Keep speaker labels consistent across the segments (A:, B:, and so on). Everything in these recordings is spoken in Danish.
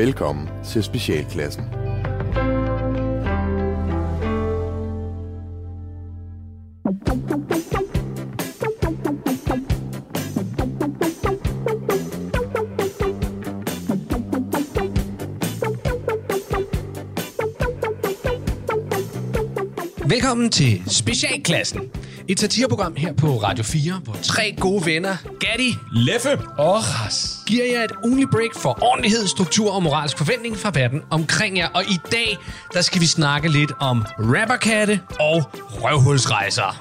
A: Velkommen til Specialklassen.
B: Velkommen til Specialklassen. Et satireprogram her på Radio 4, hvor tre gode venner, Gatti,
C: Leffe
B: og Ras, giver jer et ugenlig break for ordentlighed, struktur og moralsk forventning fra verden omkring jer. Og i dag, der skal vi snakke lidt om rapperkatte og røvhulsrejser.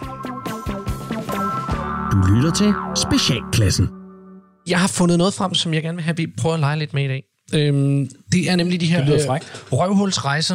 D: Du lytter til Specialklassen.
B: Jeg har fundet noget frem, som jeg gerne vil have, vi prøver at lege lidt med i dag. Det er nemlig de her røvhulsrejser.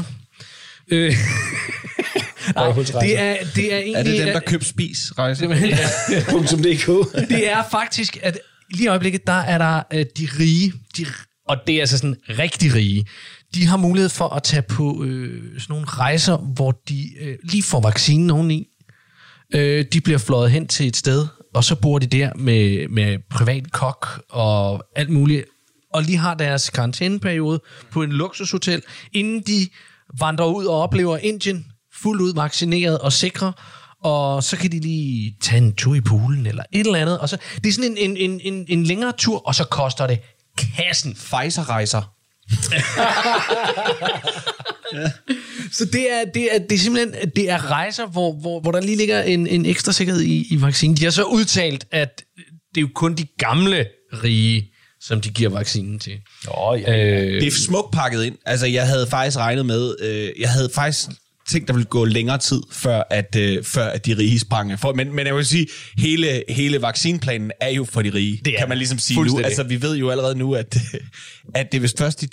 B: Nej, det er egentlig...
C: Er det dem, der køber spis-rejse?
B: Det er faktisk, at lige i øjeblikket, der er der de rige, og det er altså sådan rigtig rige, de har mulighed for at tage på sådan nogle rejser, hvor de lige får vaccinen oveni. De bliver fløjet hen til et sted, og så bor de der med privat kok og alt muligt, og lige har deres karantæneperiode på en luksushotel, inden de vandrer ud og oplever Indien, fuldt ud vaccineret og sikre, og så kan de lige tage en tur i poolen eller et eller andet. Og så, det er sådan en længere tur, og så koster det kassen.
C: Pfizer-rejser.
B: Ja. Så det er simpelthen det er rejser, hvor der lige ligger en ekstra sikkerhed i vaccinen. De har så udtalt, at det er jo kun de gamle rige, som de giver vaccinen til.
C: Det er smukt pakket ind. Altså, jeg havde faktisk regnet med... jeg havde faktisk tænkt, der ville gå længere tid, før at de rige sprang for. Men jeg vil sige, hele vaccineplanen er jo for de rige, kan man ligesom sige nu. Altså, vi ved jo allerede nu, at det er vist først i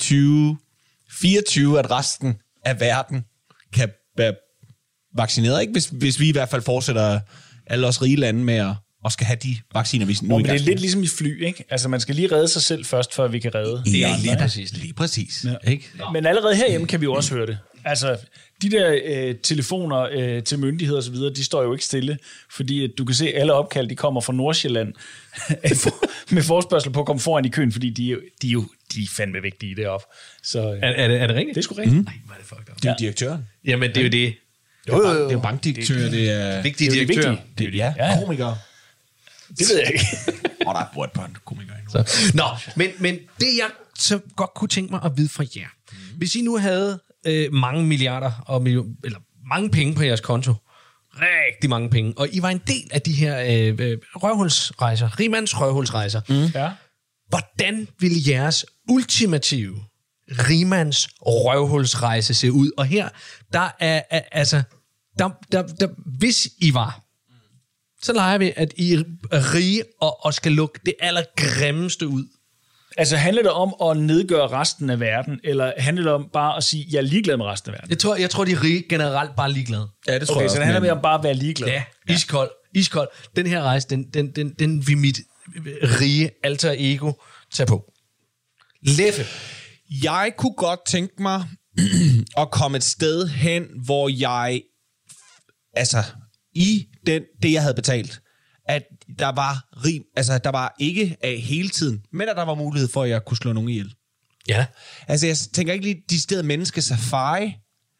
C: 2024, at resten af verden kan være vaccineret. Ikke? Hvis vi i hvert fald fortsætter alle os rige lande med at skal have de vacciner, vi nu
E: men det er lidt ligesom i fly, ikke? Altså, man skal lige redde sig selv først, før vi kan redde.
B: Det er lige præcis.
C: Ja. Ikke?
E: Men allerede herhjemme kan vi jo også høre det. Altså, de der telefoner til myndigheder og så videre, de står jo ikke stille, fordi at du kan se, at alle opkald, de kommer fra Nordsjælland med forespørgsel på at komme foran i køen, fordi de er fandme vigtige deroppe. Så,
B: er det rigtigt?
E: Det er sgu rigtigt.
B: Nej, hvor er det fucked up.
C: Det er jo direktøren.
B: Jamen, det er jo det.
C: Jo. Det er jo bankdirektør, det er...
B: Vigtige direktør.
C: Det er komikere.
E: Det ved jeg ikke.
C: Der er brugt på en komiker endnu.
B: Nå, men det jeg så godt kunne tænke mig at vide fra jer. Hvis I nu havde mange milliarder eller mange penge på jeres konto, rigtig mange penge, og I var en del af de her røvhulsrejser, rigmands røvhulsrejser, hvordan ville jeres ultimative rigmands røvhulsrejse se ud? Og her, der er altså, hvis I var, så leger vi, at I er rige og skal lukke det allergrimmeste ud.
E: Altså, handler det om at nedgøre resten af verden, eller handler det om bare at sige, jeg er ligeglad med resten af verden?
B: Jeg tror de rige generelt bare er ligeglade.
E: Ja, det tror jeg. Så det handler mere om bare at være ligeglad.
B: Ja, iskold. Den her rejse, den vil mit rige alter ego tage på. Leffe.
C: Jeg kunne godt tænke mig at komme et sted hen, hvor jeg, altså i det jeg havde betalt, at der var rim, altså der var ikke af hele tiden, men at der var mulighed for, at jeg kunne slå nogen ihjel.
B: Ja.
C: Altså jeg tænker ikke lige de steder menneskesafari,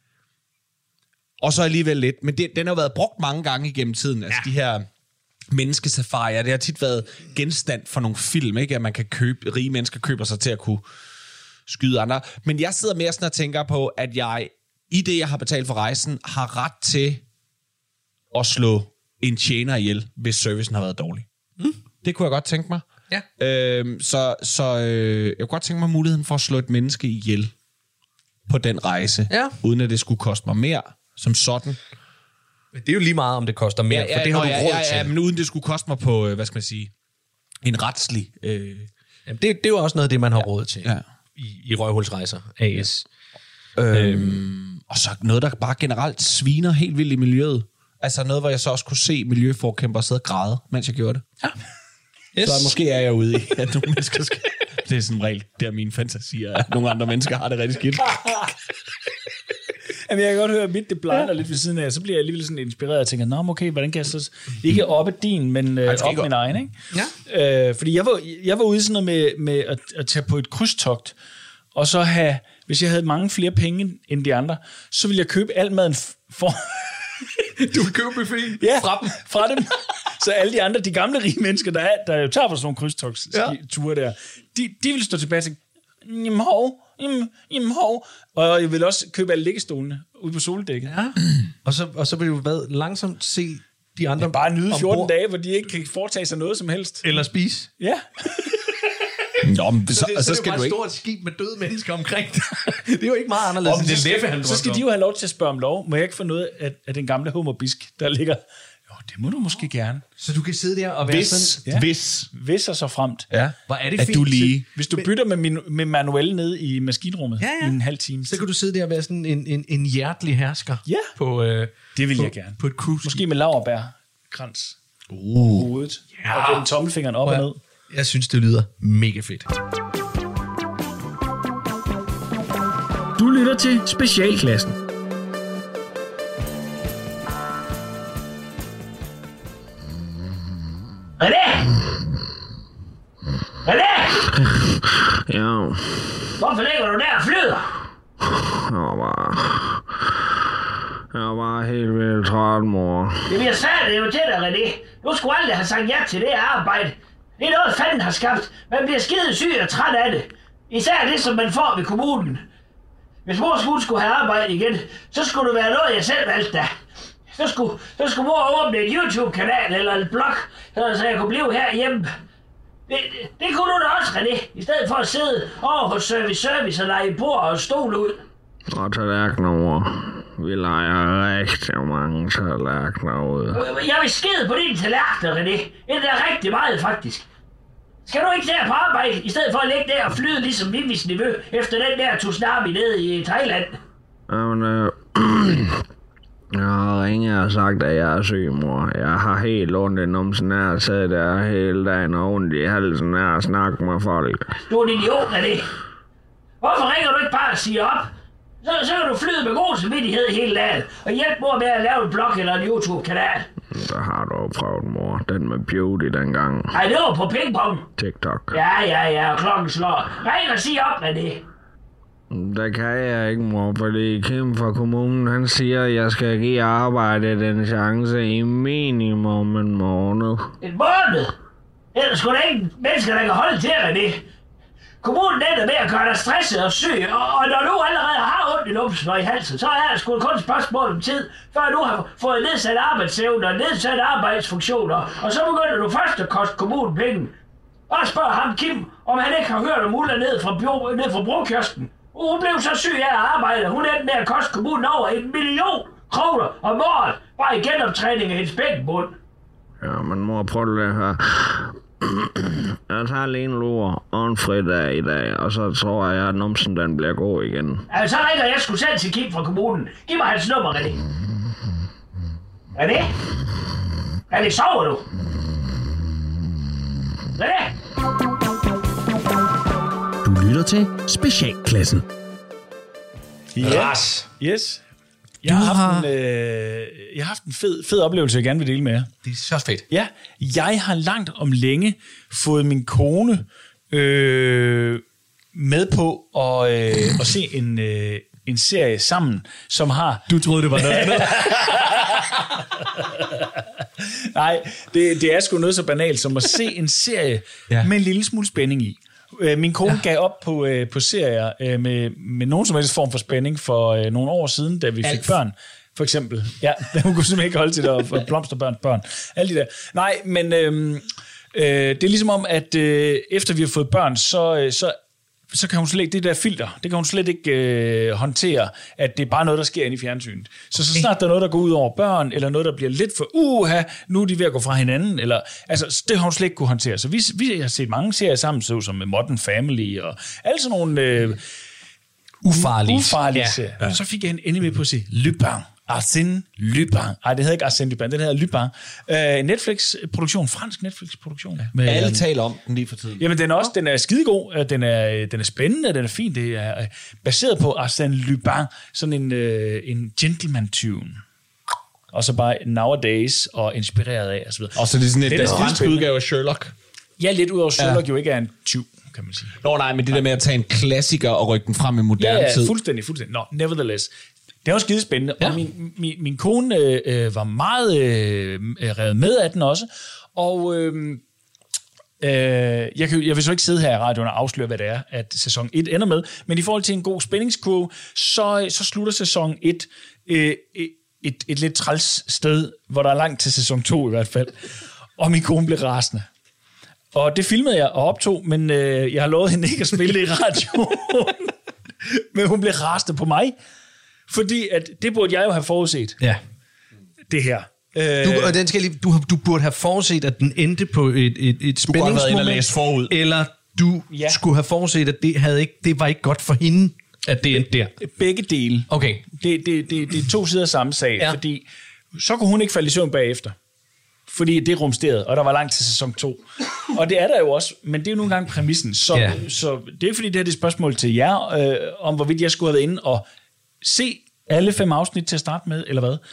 C: og så alligevel lidt, men den har været brugt mange gange igennem tiden, altså de her menneskesafarier, det har tit været genstand for nogle film, ikke? At man kan købe, rige mennesker køber sig til at kunne skyde andre. Men jeg sidder mere sådan og tænker på, at jeg, i det jeg har betalt for rejsen, har ret til at slå en tjener ihjel, hvis servicen har været dårlig. Det kunne jeg godt tænke mig.
B: Ja.
C: Så jeg kunne godt tænke mig muligheden for at slå et menneske ihjel på den rejse, uden at det skulle koste mig mere som sådan.
B: Det er jo lige meget, om det koster mere, for det har du råd til.
C: Ja, men uden det skulle koste mig på, hvad skal man sige, en retslig...
B: Jamen, det er jo også noget af det, man har råd til i Røvhulsrejser AS.
C: Og så noget, der bare generelt sviner helt vildt i miljøet. Altså noget, hvor jeg så også kunne se miljøforkæmper sidde og græde, mens jeg gjorde det. Ja. Yes. Så måske er jeg ude i, at nogle mennesker skal... Det er sådan regel, der mine fantasier, at nogle andre mennesker har det rigtig skidt.
E: Jamen, jeg kan godt høre, at mit det blinder lidt ved siden af, så bliver jeg alligevel sådan inspireret og tænker, nå, okay, hvordan kan jeg så ikke oppe din, men op min egen, ikke? Ja. Fordi jeg var ude i sådan noget med at tage på et krydstogt, og så hvis jeg havde mange flere penge end de andre, så ville jeg købe al maden for...
B: Du vil købe buffet
E: fra dem. Så alle de andre, de gamle rige mennesker, der jo tager på sådan nogle krydstogsture der, de vil stå tilbage til, jamen hov. Og jeg vil også købe alle liggestolene ude på soldækket.
B: Ja. Og så vil du langsomt se de andre...
E: Bare nyde 14 dage, hvor de ikke kan foretage sig noget som helst.
B: Eller spise.
E: Ja.
C: Nå, men så skal
B: det
C: du ikke...
B: et stort skib med døde mennesker omkring dig. Det er jo ikke meget anderledes end det Leffe, han
E: så skal de jo have lov til at spørge om lov. Må jeg ikke få noget af den gamle hummerbisk, der ligger... Jo, det må du måske gerne.
B: Så du kan sidde der og være sådan...
E: Hvis og så fremt.
C: Ja.
B: Hvor er det
C: at
B: fint.
C: du lige...
E: Hvis du bytter med Manuel ned i maskinrummet i en halv time.
B: Så kan du sidde der og være sådan en hjertelig hersker.
E: Ja.
B: På,
E: det vil jeg gerne.
B: På et cruise.
E: Måske med laurbærkrans. Hovedet. Ja. Og den tommelfingeren op og ned.
B: Jeg synes, det lyder mega fedt.
D: Du lytter til Specialklassen.
F: René!
D: Ja,
F: Hvorfor ligger du der og flyder?
D: jeg var helt vildt træt, mor.
F: Jamen, jeg sagde det jo til dig, René. Du skulle aldrig have sagt ja til det arbejde. Det er noget, fanden har skabt. Man bliver skide syg og træt af det. Især det, som man får ved kommunen. Hvis mor skulle have arbejde igen, så skulle det være noget, jeg selv valgte da. Så skulle mor åbne et YouTube-kanal eller et blog, så jeg kunne blive herhjemme. Det kunne du da også, René. I stedet for at sidde over hos service og lege bord og stol ud.
D: Og tallerkener, mor. Vi leger rigtig mange tallerkener ud.
F: Jeg vil skide på dine tallerkener, René. Det er rigtig meget, faktisk. Skal du ikke der på arbejde, i stedet for at ligge der og flyde ligesom Vivis Nevø, efter den der tsunami nede i Thailand?
D: Jamen, jeg har ringet og sagt, at jeg er syg, mor. Jeg har helt ondt i numsen af at sidde der hele dagen og ondt i halsen af at snakke med folk.
F: Du er en idiot, René. Hvorfor ringer du ikke bare og siger op? Så kan du flyde med god samvittighed hele dagen, og hjælpe mor med at lave en blog eller en YouTube-kanal.
D: Der har du jo prøvet, mor. Den med beauty dengang.
F: Ej, det var på pingpong.
D: TikTok.
F: Ja, og klokken slår. Ring og sig op, René.
D: Det kan jeg ikke, mor, fordi Kim fra kommunen, han siger, at jeg skal give arbejdet en chance i minimum en måned.
F: En måned? Ellers skulle der ikke mennesker, der kan holde til, René. Kommunen ender med at gøre dig stresset og syg, og når du allerede har ondt i lumsen og i halsen, så er det sgu kun et spørgsmål om tid, før du har fået nedsat arbejdsevne og nedsat arbejdsfunktioner, og så begynder du først at koste kommunen penge. Bare spørg ham, Kim, om han ikke har hørt om Ulla ned fra brokiosken. Hun blev så syg af at arbejde, hun endte med at koste kommunen over 1 million kroner om året, bare i genoptræning af hendes bækkenbund.
D: Ja, men mor, prøv det her. Jeg tager lige en lur og en fridag i dag, og så tror jeg, at numsen den bliver god igen.
F: Altså, så ringer jeg sgu selv til Kim fra kommunen. Giv mig hans nummer, René. René? René, sover du? René?
D: Du lytter til Specialklassen.
E: Yes. Yes. Jeg har haft en fed oplevelse, jeg gerne vil dele med jer.
B: Det er så fedt.
E: Ja, jeg har langt om længe fået min kone med på at se en serie sammen, som har...
B: Du troede, det var noget andet.
E: Nej, det er sgu noget så banalt som at se en serie med en lille smule spænding i. Min kone gav op på serier med nogen som helst form for spænding for nogle år siden, da vi fik børn, for eksempel. Ja, hun kunne simpelthen ikke holde til det, og blomsterbørn, alle de der. Nej, men det er ligesom om, at efter vi har fået børn, så kan hun slet ikke, det der filter, det kan hun slet ikke håndtere, at det er bare noget, der sker inde i fjernsynet. Så snart der er noget, der går ud over børn, eller noget, der bliver lidt for, nu er de ved at gå fra hinanden, eller, altså, det har hun slet ikke kunne håndtere. Så vi har set mange serier sammen, som med Modern Family, og alle sådan nogle ufarlige serier. Ja. Så fik jeg endelig med på at se Lupin. Arsène Lupin. Nej, det hedder ikke Arsène Lupin, den hedder Lupin. Netflix-produktion, fransk Netflix-produktion.
C: Ja. Alle taler om den lige for tiden.
E: Jamen, den er skidegod, den er spændende, den er fin. Det er baseret på Arsène Lupin, sådan en gentleman-tyven. Og så bare nowadays og inspireret af, og så videre.
C: Og så er det sådan et fransk udgave af Sherlock.
E: Ja, lidt ud over Sherlock jo ikke er en tyv, kan man sige.
C: Nå nej, men det der med at tage en klassiker og rykke den frem i moderne tid.
E: Ja, fuldstændig. Nå, nevertheless. Det var skidespændende, og min kone var meget revet med af den også, og jeg vil så ikke sidde her i radioen og afsløre, hvad det er, at sæson 1 ender med, men i forhold til en god spændingskurve, så slutter sæson 1 et lidt træls sted, hvor der er langt til sæson 2 i hvert fald, og min kone blev rasende. Og det filmede jeg og optog, men jeg har lovet hende ikke at spille det i radioen, men hun blev rasende på mig, fordi at det burde jeg jo have forudset.
B: Ja.
E: Det her.
B: Du burde have forudset, at den endte på et spændingsmoment, eller du skulle have forudset, at det var ikke godt for hende, at det endte der.
E: Begge dele.
B: Okay.
E: Det er to sider af samme sag, fordi så kunne hun ikke falde i søvn bagefter. Fordi det rumsterede, og der var langt til sæson 2. Og det er der jo også, men det er jo nogle gange præmissen. Så det er ikke fordi, det er et spørgsmål til jer, om hvorvidt jeg skulle have været inde og se alle 5 afsnit til at starte med, eller hvad.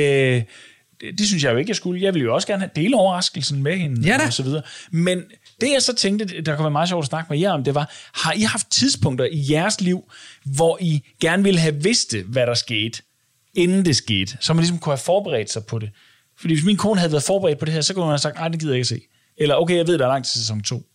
E: Det synes jeg jo ikke, jeg skulle. Jeg ville jo også gerne have dele overraskelsen med hende, og så videre. Men det jeg så tænkte, der kunne være meget sjovt at snakke med jer om, det var, har I haft tidspunkter i jeres liv, hvor I gerne ville have vidst, hvad der skete, inden det skete, så man ligesom kunne have forberedt sig på det? Fordi hvis min kone havde været forberedt på det her, så kunne man have sagt, nej, det gider jeg ikke se. Eller, okay, jeg ved, der er langt til sæson 2.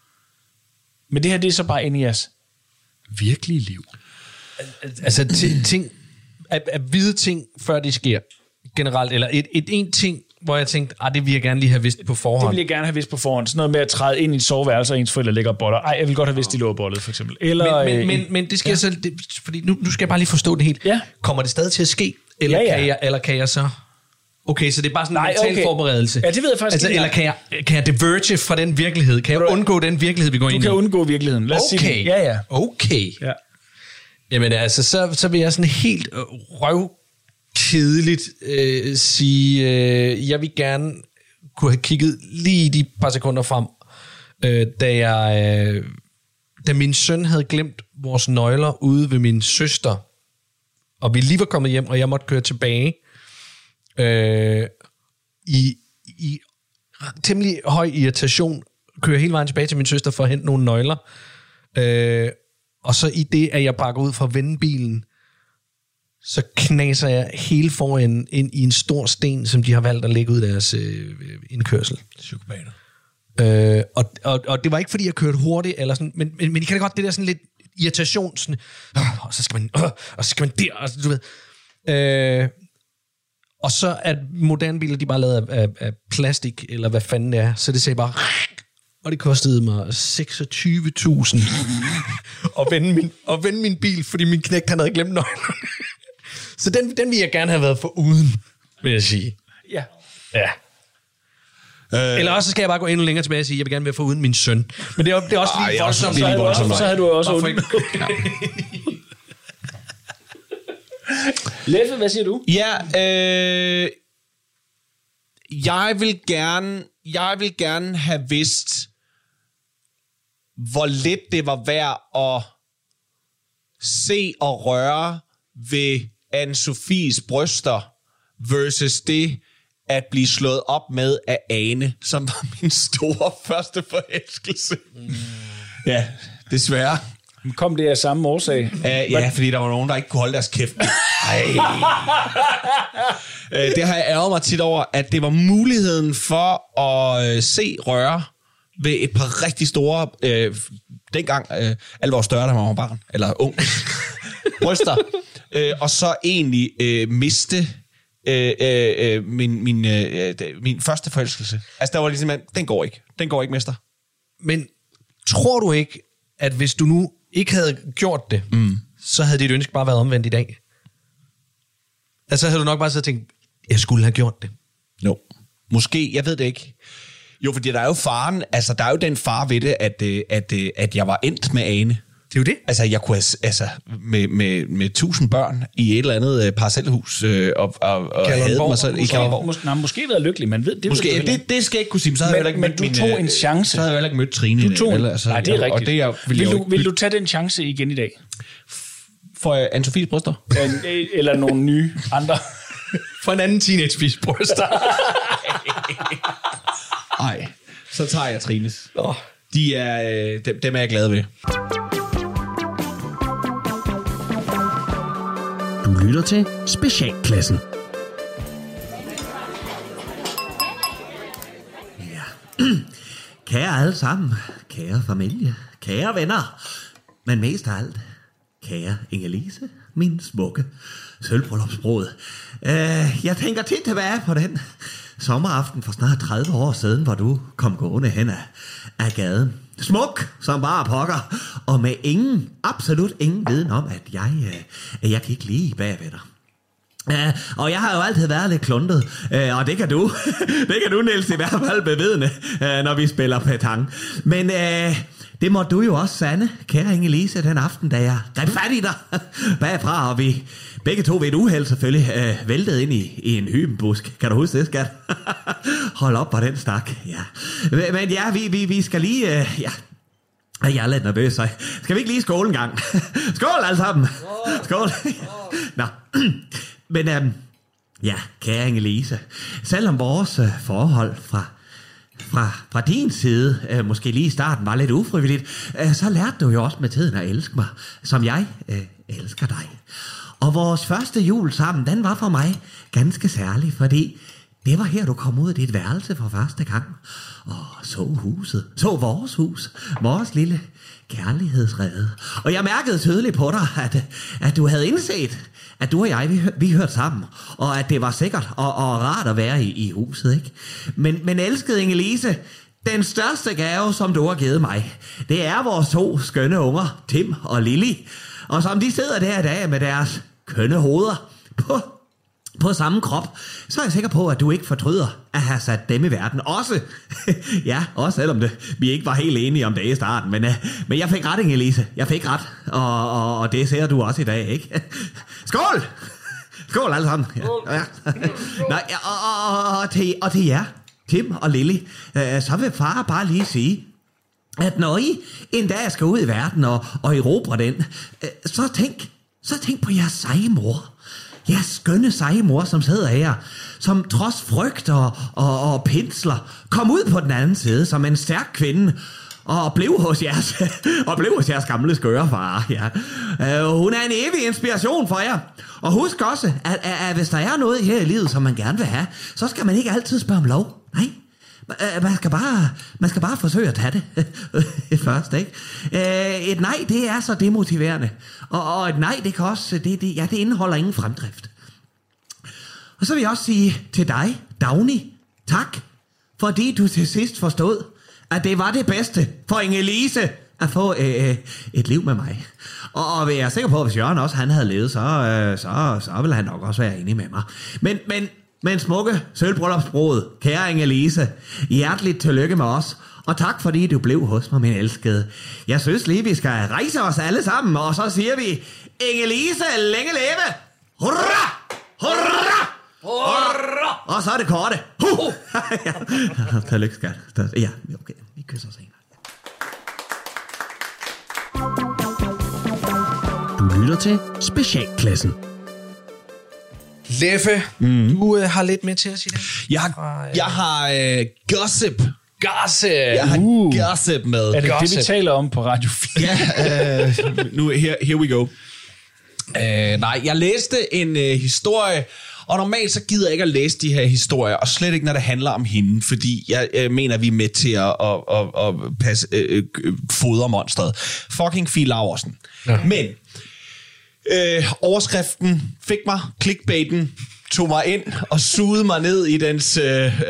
E: Men det her, det er så bare inde i jeres virkelige liv.
B: Altså, ting, at vide ting, før de sker, generelt. Eller en ting, hvor jeg tænkte, det vil jeg gerne lige have vidst på forhånd.
E: Det vil jeg gerne have vidst på forhånd. Sådan noget med at træde ind i et soveværelse, og ens forældre ligger og boller. Jeg vil godt have vidst, de lå bollet, for eksempel. Eller,
B: men det skal jeg selv, fordi nu skal jeg bare lige forstå det helt. Ja. Kommer det stadig til at ske? Eller kan jeg så... Okay, så det er bare sådan en mental forberedelse.
E: Ja, det ved jeg faktisk ikke.
B: Eller kan jeg diverge fra den virkelighed? Kan jeg undgå den virkelighed, vi går ind i?
E: Du kan undgå virkeligheden. Lad os sige det.
B: Okay. Ja. Jamen altså, så vil jeg sådan helt røvkedeligt sige, jeg vil gerne kunne have kigget lige de par sekunder frem, da min søn havde glemt vores nøgler ude ved min søster, og vi lige var kommet hjem, og jeg måtte køre tilbage, i temmelig høj irritation, kører hele vejen tilbage til min søster for at hente nogle nøgler, og så i det, at jeg bakker ud fra vendebilen, så knaser jeg hele foran ind i en stor sten, som de har valgt at lægge ud deres indkørsel.
C: Psykopater.
B: Og det var ikke fordi jeg kørte hurtigt eller sådan, men I kan da godt det der sådan lidt irritation, sådan, og så skal man der, og du ved. Og så at moderne biler, de bare lavet af plastik, eller hvad fanden det er, så det sagde bare, og det kostede mig 26.000 at vende min bil, fordi min knægt, han havde glemt nøglerne. Så den ville jeg gerne have været foruden, vil jeg sige.
E: Ja.
B: Eller også skal jeg bare gå endnu længere tilbage og sige, jeg vil gerne være foruden min søn. Men det er også lige voldsomt.
E: Så havde du også Leffe, hvad siger du?
C: Ja, jeg vil gerne have vidst, hvor lidt det var værd at se og røre ved Anne-Sophies bryster versus det at blive slået op med af Ane, som var min store første forelskelse. Ja, desværre.
E: Kom det af samme årsag?
C: Ja, fordi der var nogen, der ikke kunne holde deres kæft. Det har jeg ærget mig tit over, at det var muligheden for at se røre ved et par rigtig store, dengang alle var større, da man var barn, eller ung, bryster, og så egentlig miste min første forelskelse. Altså, der var ligesom, den går ikke, mester.
B: Men tror du ikke, at hvis du nu ikke havde gjort det, så havde dit ønske bare været omvendt i dag? Altså, havde du nok bare så tænkt, jeg skulle have gjort det.
C: Jo. Måske, jeg ved det ikke. Jo, fordi der er jo faren, altså der er jo den far ved det, at jeg var endt med Ane.
B: Det er jo det.
C: Altså, jeg kunne med 1000 børn i et eller andet parcelhus og havde mig selv i Kalundborg.
E: Måske været lykkelig, man ved det.
C: Måske, det skal jeg ikke kunne sige, så havde jeg
E: men du tog en chance.
C: Så havde jeg heller ikke mødt Trine.
E: Nej, det er rigtigt. Vil du tage den chance igen i dag?
C: For Anne-Sophies bryster?
E: Eller nogle nye andre?
B: For en anden teenage-fis bryster.
C: Nej, så tager jeg Trines. Dem er jeg glad ved.
G: Du lytter til Specialklassen.
H: Ja. Kære alle sammen, kære familie, kære venner, men mest af alt, kære Inge-Lise, min smukke sølvbryllupsbrud. Jeg tænker tit tilbage på den sommeraften for snart 30 år siden, hvor du kom gående hen af gaden. Smuk som bare pokker, og med absolut ingen viden om, at jeg gik lige bagved dig. Og jeg har jo altid været lidt kluntet, og det kan du, Niels, i hvert fald bevidne, når vi spiller pétanque. Men det må du jo også sande, kære Inge-Lise, den aften, da jeg greb fat i dig bagfra, og vi begge to ved et uheld selvfølgelig væltede ind i en hybenbusk. Kan du huske det, skat? Hold op på den stak, ja. Men ja, vi skal lige... ja. Jeg er lidt nervøs, så skal vi ikke lige skåle en gang? Skål alle sammen! Skål! Nå, men ja, kære Inge-Lise, selvom vores forhold fra din side, måske lige i starten, var lidt ufrivilligt, så lærte du jo også med tiden at elske mig, som jeg elsker dig. Og vores første jul sammen, den var for mig ganske særlig, fordi det var her, du kom ud af dit værelse for første gang, og så huset, så vores hus, vores lille kærlighedsrede. Og jeg mærkede tydeligt på dig, at du havde indset, at du og jeg, vi hørte sammen, og at det var sikkert og rart at være i huset, ikke? Men elskede Inge-Lise, den største gave, som du har givet mig, det er vores 2 skønne unger, Tim og Lily. Og som de sidder der i dag med deres kønne hoveder på samme krop, så er jeg sikker på, at du ikke fortryder at have sat dem i verden. Også, ja, også selvom vi ikke var helt enige om det i starten. Men jeg fik ret, Inge-Lise. Jeg fik ret. Og det ser du også i dag, ikke? Skål! Skål alle sammen. Ja. Nej, og til jer, Tim og Lily, så vil far bare lige sige, at når I en dag skal ud i verden og erobre den, så tænk på jeres seje mor. Jeres skønne seje mor, som sidder her, som trods frygt og pinsler, kom ud på den anden side som en stærk kvinde, og blev hos jeres gamle skøre far. Ja. Hun er en evig inspiration for jer. Og husk også, at hvis der er noget her i livet, som man gerne vil have, så skal man ikke altid spørge om lov. Nej. Man skal bare forsøge at tage det først, ikke? Et nej, det er så demotiverende. Og et nej, det kan også, det indeholder ingen fremdrift. Og så vil jeg også sige til dig, Dagny, tak, fordi du til sidst forstod, at det var det bedste for Inge-Lise at få et liv med mig. Og jeg er sikker på, at hvis Jørgen også han havde levet, så ville han nok også være enig med mig. Men smukke sølvbryllupsbrud, kære Inge-Lise, hjerteligt tillykke med os, og tak fordi du blev hos mig, min elskede. Jeg synes lige, vi skal rejse os alle sammen, og så siger vi, Inge-Lise, længe leve! Hurra! Hurra! Hurra! Og så er det korte. Tillykke, skat. Ja, okay, vi kysser senere.
G: Du lytter til Specialklassen.
B: Leffe, du har lidt med til at sige det.
C: Jeg har gossip.
B: Gossip!
C: Jeg har gossip med.
E: Er det gossip? Det, vi taler om på Radio 4?
C: Ja, nu here we go. Nej, jeg læste en historie, og normalt så gider jeg ikke at læse de her historier, og slet ikke, når det handler om hende, fordi jeg mener, vi er med til at passe fodre monstret. Fucking Fie Laursen. Ja. Men overskriften fik mig, clickbaiten tog mig ind og sugede mig ned i dens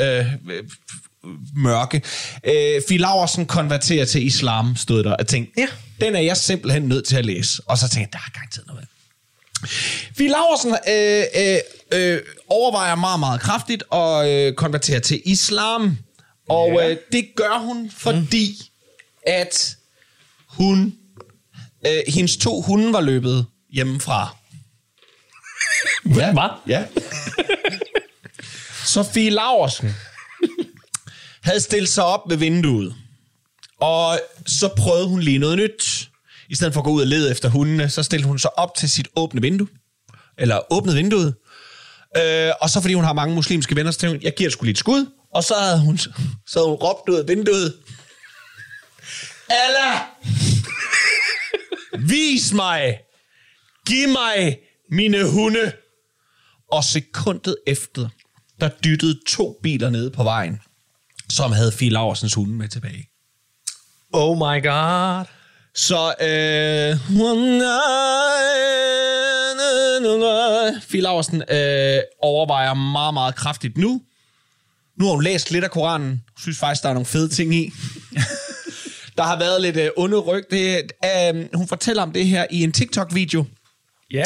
C: mørke. Fie Laursen konverterer til islam, stod der. Jeg tænkte, den er jeg simpelthen nødt til at læse. Og så tænkte jeg, der er garanteret noget. Fie Laursen overvejer meget, meget kraftigt at konvertere til islam. Og det gør hun, fordi at hendes 2 hunde var løbet hjemmefra.
E: Hvad?
C: Ja. Så Fie Laursen havde stillet sig op ved vinduet, og så prøvede hun lige noget nyt. I stedet for at gå ud og lede efter hundene, så stillede hun sig op til sit åbne vindue, eller åbnede vinduet, og så fordi hun har mange muslimske venner, så tænkte hun, jeg giver det sgu lige et skud, og så havde hun råbt ud af vinduet, Allah! Vis mig! Giv mig mine hunde! Og sekundet efter, der dyttede 2 biler nede på vejen, som havde Fie Laursens hunde med tilbage.
B: Oh my god.
C: Så Fie Laursen overvejer meget, meget kraftigt nu. Nu har hun læst lidt af Koranen. Synes faktisk, der er nogle fede ting i. Der har været lidt onde ryg. Hun fortæller om det her i en TikTok-video.
E: Ja.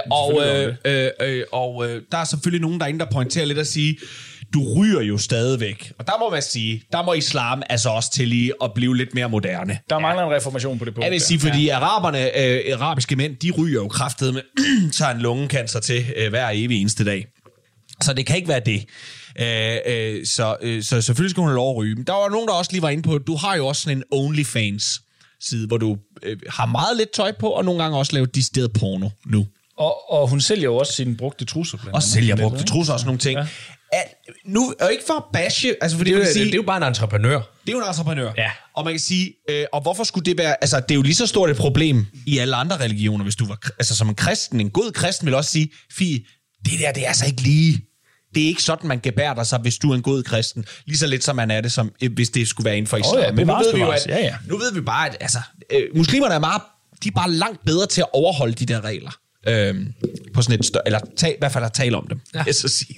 C: Der er selvfølgelig nogen derinde, der pointerer lidt og siger, du ryger jo stadigvæk. Og der må man sige, der må islam altså også til lige at blive lidt mere moderne.
E: Der mangler en reformation på det punkt.
C: Jeg vil sige, fordi arabiske mænd, de ryger jo kraftedeme med, tager en lungekancer til hver evig eneste dag. Så det kan ikke være det. Så selvfølgelig skal hun have lov at ryge. Men der var nogen, der også lige var inde på, du har jo også sådan en OnlyFans-side, hvor du har meget lidt tøj på, og nogle gange også lavet decideret porno nu.
E: Og hun sælger jo også sine brugte trusser.
C: Og sælger brugte trusser og sådan nogle ting. Ja. Nu er ikke for at bashe, altså fordi
B: det er jo bare en entreprenør.
C: Det er jo en entreprenør.
B: Ja.
C: Og man kan sige, og hvorfor skulle det være, altså det er jo lige så stort et problem i alle andre religioner, hvis du var, altså som en kristen, en god kristen vil også sige, Fie, det er altså ikke lige. Det er ikke sådan, man gebærder sig, hvis du er en god kristen. Lige så lidt som man er det, som hvis det skulle være inden for islam.
E: Ja,
C: men nu ved vi bare, at altså, muslimerne er meget, de er bare langt bedre til at overholde de der regler. På sådan et eller i hvert fald at tale om dem, jeg så sige.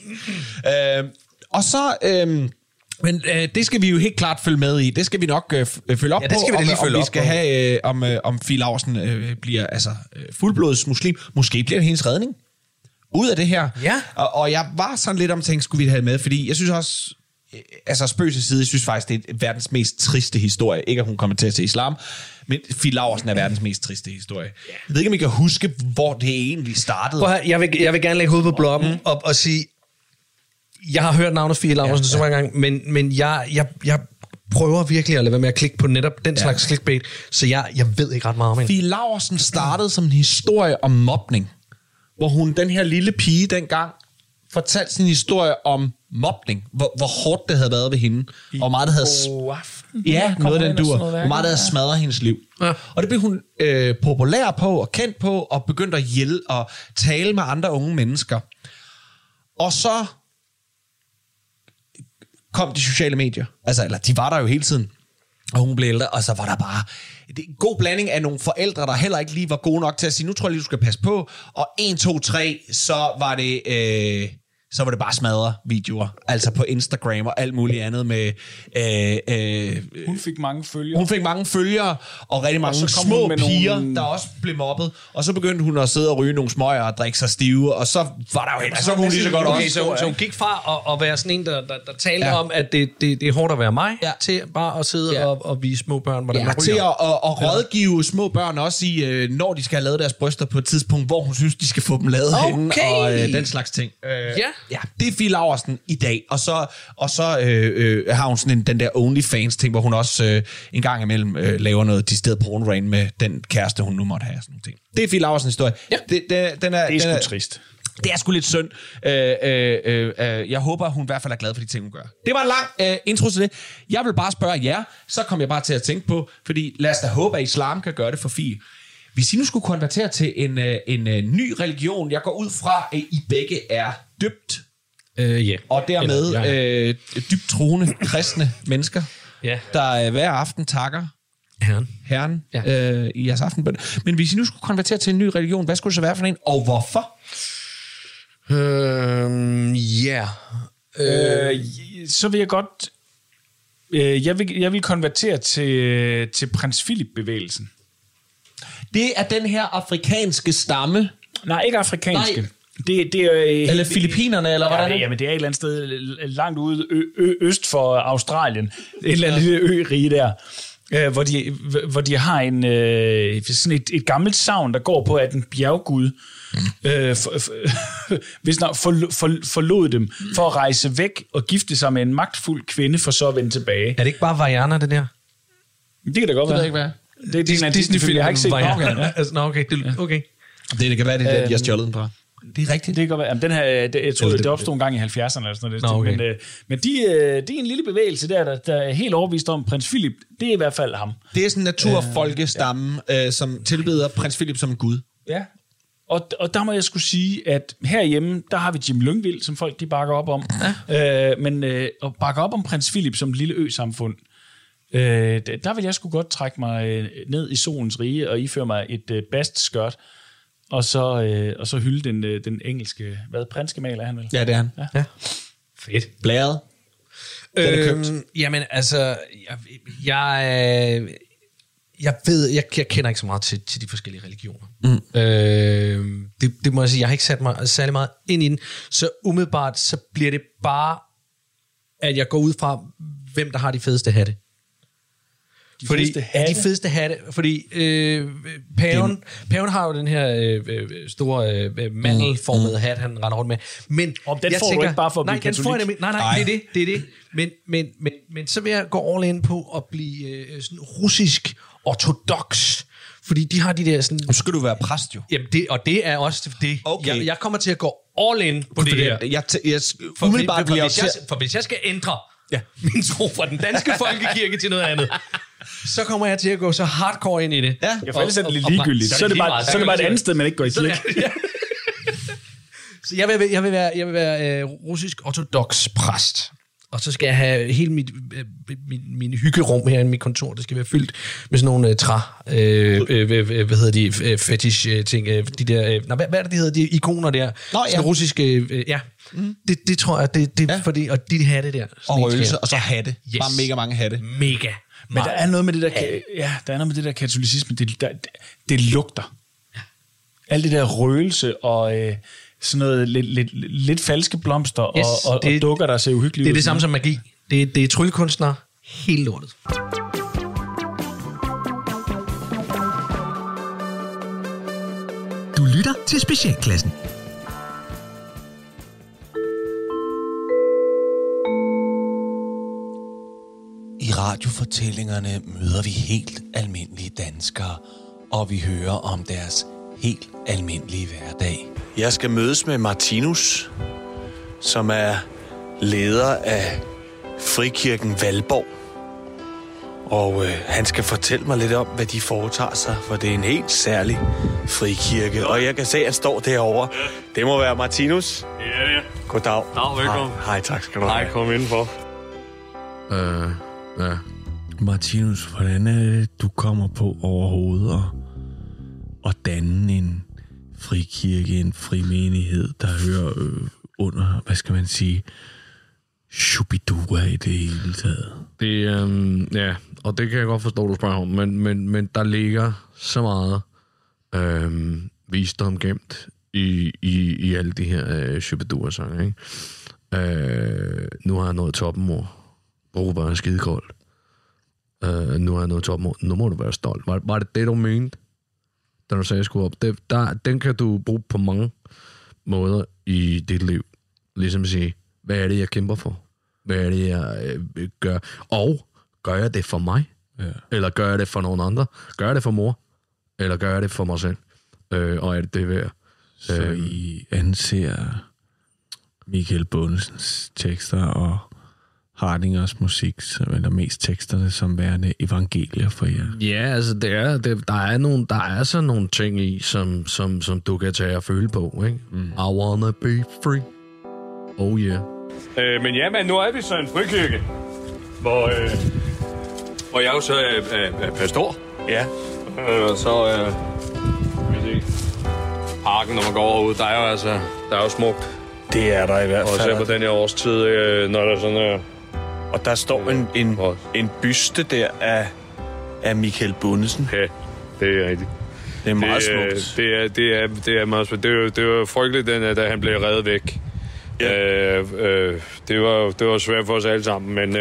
C: Og så, men det skal vi jo helt klart følge med i. Det skal vi nok følge op på.
B: Det skal vi lige følge op på.
C: Vi skal have, om Fie Laursen bliver altså fuldblods muslim. Måske bliver det hendes redning ud af det her.
B: Ja.
C: Og jeg var sådan lidt omtænkt, skulle vi have med, fordi jeg synes også, altså spøg til side, jeg synes faktisk, det er verdens mest triste historie. Ikke at hun kommer til islam, men Fie Laursen er verdens mest triste historie. Jeg ved ikke, om I kan huske, hvor det egentlig startede.
B: Jeg vil gerne lægge hovedet på blokken og sige, jeg har hørt navnet Fie Laursen så mange gange, men jeg prøver virkelig at lade være med at klikke på netop den slags clickbait, så jeg ved ikke ret meget om hende.
C: Fie Laursen startede som en historie om mobning, hvor hun, den her lille pige dengang, fortalte sin historie om mobning, hvor hårdt det havde været ved hende, og hvor meget det havde... Ja, noget af den dur. Hvor meget det havde smadret hendes liv. Ja. Og det blev hun populær på, og kendt på, og begyndte at hjælpe og tale med andre unge mennesker. Og så kom de sociale medier. Altså, eller de var der jo hele tiden. Og hun blev ældre, og så var der bare en god blanding af nogle forældre, der heller ikke lige var gode nok til at sige, nu tror jeg lige, du skal passe på. Og 1, 2, 3, så var det bare smadre videoer. Altså på Instagram og alt muligt andet med...
E: Hun fik mange følgere.
C: Hun fik mange følgere, og rigtig mange små piger, der også blev mobbet. Og så begyndte hun at sidde og ryge nogle smøger og drikke sig stive, og så var der jo helt... Så kunne hun lige så godt også.
B: Så hun gik fra at være sådan en, der talte om, at det er hårdt at være mig, til bare at sidde og vise små børn, hvordan man ryger.
C: Til at rådgive små børn også i, når de skal have lavet deres bryster på et tidspunkt, hvor hun synes, de skal få dem lavet henne, og den slags ting. Ja, det er Fie Laursen i dag. Og så har hun sådan den der OnlyFans-ting, hvor hun også en gang imellem laver noget decideret porn-rain med den kæreste, hun nu måtte have. Sådan nogle ting. Det er Fie Laursen historie.
E: Ja. Det er sgu trist.
C: Det er sgu lidt synd. Jeg håber, hun i hvert fald er glad for de ting, hun gør. Det var en lang intro til det. Jeg vil bare spørge jer, så kom jeg bare til at tænke på, fordi lad os da håbe, at islam kan gøre det for Fie. Hvis I nu skulle konvertere til en ny religion, jeg går ud fra, at I begge er dybt, og dermed dybt troende kristne mennesker, der hver aften takker Herren i jeres aftenbøn. Men hvis I nu skulle konvertere til en ny religion, hvad skulle det så være for en, og hvorfor?
E: Så vil jeg godt... Jeg vil konvertere til prins Philip-bevægelsen.
C: Det er den her afrikanske stamme.
E: Nej, ikke afrikanske.
C: Nej.
E: Det er,
C: eller Filippinerne, eller hvad er det?
E: Jamen, det er et eller andet sted langt ude øst for Australien. Et eller andet lille ø-rige der. Hvor de har sådan et gammelt sagn, der går på, at en bjerggud forlod dem for at rejse væk og gifte sig med en magtfuld kvinde, for så at vende tilbage.
B: Er det ikke bare Vajana, det der?
E: Det kan da godt være.
C: Det ikke være.
E: Det er en Disney-film, jeg har ikke set.
B: Okay.
C: Det kan være, det er, de har stjålet den fra. Det er rigtigt.
E: Det kan godt være. Jamen, den her, jeg tror, det opstod en gang i 70'erne eller sådan noget.
B: Okay.
E: Men det er en lille bevægelse der er helt overbevist om, prins Philip, det er i hvert fald ham.
C: Det er sådan en naturfolkestamme, som tilbeder prins Philip som gud.
E: Ja. Og der må jeg skulle sige, at herhjemme, der har vi Jim Lyngvild, som folk de bakker op om. Ja. Men at bakke op om prins Philip som et lille ø-samfund, der vil jeg sgu godt trække mig ned i solens rige og iføre mig et bastskørt, og så hylde den engelske, prinskemaler er han vel?
C: Ja, det er han.
E: Ja.
B: Fedt.
C: Blæret.
B: Jamen, altså, jeg ved, jeg kender ikke så meget til de forskellige religioner. Det må jeg sige, jeg har ikke sat mig særlig meget ind i den, så umiddelbart, så bliver det bare, at jeg går ud fra, hvem der har de fedeste hatte. De fedeste hatte, fordi paven har jo den her store mandelformede hat, han render rundt med. Men
E: den får du ikke bare for at blive katolik.
B: Nej, det er det. Men så vil jeg gå all in på at blive sådan russisk ortodox, fordi de har de der sådan...
C: Nu skal du være præst jo.
B: Jamen det er også det.
C: Okay.
B: Jeg kommer til at gå all in på det her. For hvis jeg skal ændre min tro fra den danske folkekirke til noget andet, så kommer jeg til at gå så hardcore ind i det.
E: Ja, jeg får ellers lidt ligegyldigt. Så er det bare et andet sted, man ikke går i kirke.
B: Så jeg vil være russisk ortodox præst. Og så skal jeg have hele min hyggerum her i mit kontor, det skal være fyldt med sådan nogle fetish ting, de der, hvad er det, de hedder, de ikoner der? Sådan russiske, det tror jeg, fordi, og de hatte der.
C: Og røgelse, og så hatte. Yes. Bare mega mange hatte.
B: Mega.
E: Men der er noget med det der, katolicisme, det lugter. Alt det der røgelse og sådan noget lidt falske blomster og dukker, der ser uhyggeligt ud.
B: Det er det samme som magi. Det er tryllekunstner helt lortet.
G: Du lytter til Specialklassen.
I: I radiofortællingerne møder vi helt almindelige danskere, og vi hører om deres helt almindelige hverdag.
J: Jeg skal mødes med Martinus, som er leder af Frikirken Valborg. Og han skal fortælle mig lidt om, hvad de foretager sig, for det er en helt særlig frikirke. Og jeg kan se, at han står derovre. Det må være Martinus.
K: Ja, ja.
J: Goddag.
K: Dag, velkommen.
J: Hej, tak skal du have.
K: Hej, kom indenfor.
D: Ja. Martinus, hvordan er det, du kommer på overhovedet og danne en frikirke, en frimenighed, der hører under, hvad skal man sige, Shubidua i det hele taget?
L: Det, og det kan jeg godt forstå, du spørger om, men der ligger så meget visdom gemt i alle de her Shubidua-sange, ikke? Nu har jeg nået toppen, mor. Brug bare skidekoldt. Nu har jeg nået toppen, mor. Nu må du være stolt. Var det du mente, da du sagde, jeg skulle op? Den kan du bruge på mange måder i dit liv. Ligesom at sige, hvad er det, jeg kæmper for? Hvad er det, jeg gør? Og gør jeg det for mig? Ja. Eller gør jeg det for nogen andre? Gør jeg det for mor? Eller gør jeg det for mig selv? Og er det værd?
D: Så I anser Michael Bundesens tekster og Hardingers musik, eller mest teksterne, som værende evangelier for jer?
L: Ja, altså der er sådan nogle ting i, som du kan tage og føle på, ikke? I wanna be free. Oh yeah.
K: Men ja, nu er vi så en frikirke, hvor jeg jo så er pastor.
J: Ja.
K: Og så vi se parken, når man går overhovedet, der er jo smukt.
J: Det er der i hvert fald.
K: Og så på den her årstid, når der sådan
J: og der står en byste der af Michael Bundesen.
K: Ja, det er rigtigt.
J: Det er meget smukt.
K: Det er meget smukt. Det var frygteligt, da han blev revet væk. Ja. Det var svært for os alle sammen, men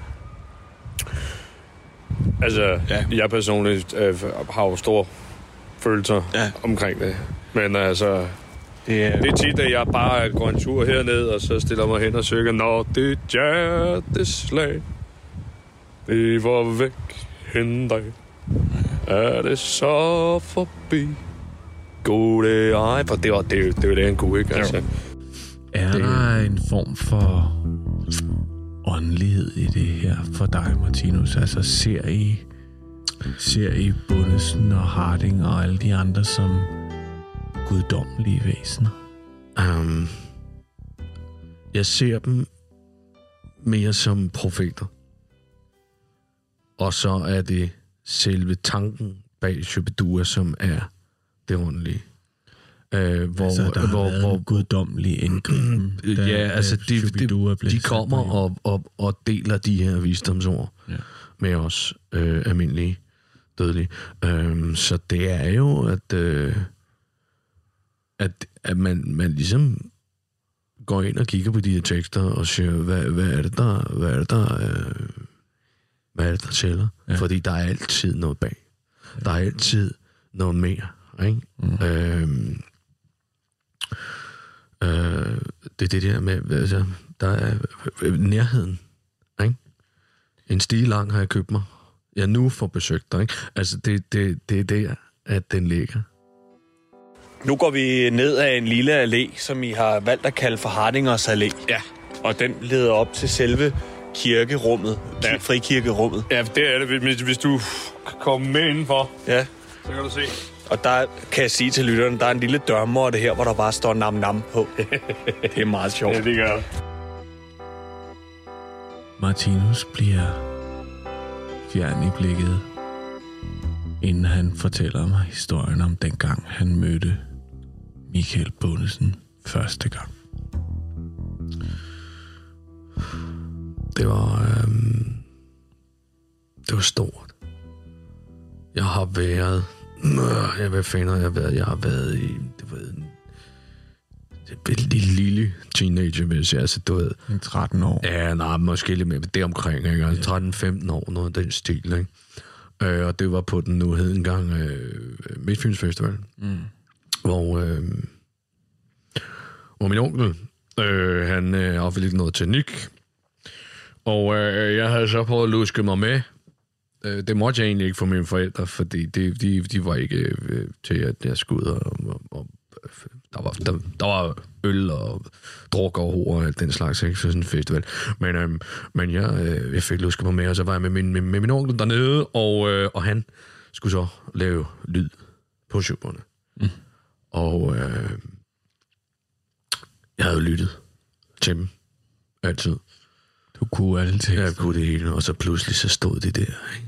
K: jeg personligt har jo store følelser omkring det. Men altså, det er tit, at jeg bare går en tur herned, og så stiller mig hen og søger, når det hjerteslag lever væk hen dig, er det så forbi. gode ej, for det er jo det, han kunne, ikke? Altså.
D: Er der en form for åndelighed i det her for dig, Martinus? Altså ser I Bundesen og Harding og alle de andre som guddommelige væsener?
L: Jeg ser dem mere som profeter. Og så er det selve tanken bag Shubidua, som er det åndelige.
D: Hvor guddommelig indgriben.
L: Ja, altså de kommer og deler de her visdomsord med os almindelige dødelige. Så det er jo, at man ligesom går ind og kigger på de her tekster og siger, hvad er det der tæller? Ja. Fordi der er altid noget bag. Der er altid noget mere, ikke? Det er det der med, altså, der er nærheden, ikke? En stige lang har jeg købt mig. Jeg nu får besøgt dig, ikke? Altså, det er der, at den ligger.
J: Nu går vi ned ad en lille allé, som I har valgt at kalde for Hardingers Allé.
K: Ja.
J: Og den leder op til selve kirkerummet, frikirkerummet.
K: Ja, det er det. Hvis du kommer med indenfor, så kan du se.
J: Og der kan jeg sige til lytterne, der er en lille dørmåtte her, hvor der bare står nam-nam på. Det er meget sjovt.
K: Ja, det gør det.
D: Martinus bliver fjern i blikket, inden han fortæller mig historien om dengang han mødte Michael Bundesen første gang.
L: Det var stort. Jeg har været... Jeg har været i... Det lille teenager, hvis jeg... Altså, du ved...
D: 13 år.
L: Ja, nej, måske lidt mere. Det er omkring, ikke? Altså, 13-15 år, noget af den stil, ikke? Og det var på den nu hed engang Midtfynsfestival. Hvor min onkel, han afvildte noget teknik. Og jeg havde så prøvet at luske mig med. Det måtte jeg egentlig ikke for mine forældre, fordi de var ikke til, at jeg skulle ud og der var øl og druk og hår og alt den slags, ikke? Så sådan en festival. Men jeg fik lusket mig med, og så var jeg med min onkel dernede, og han skulle så lave lyd på showerne. Og jeg havde jo lyttet til dem altid.
D: Du kunne alle tekster.
L: Jeg kunne det hele, og så pludselig så stod det der, ikke?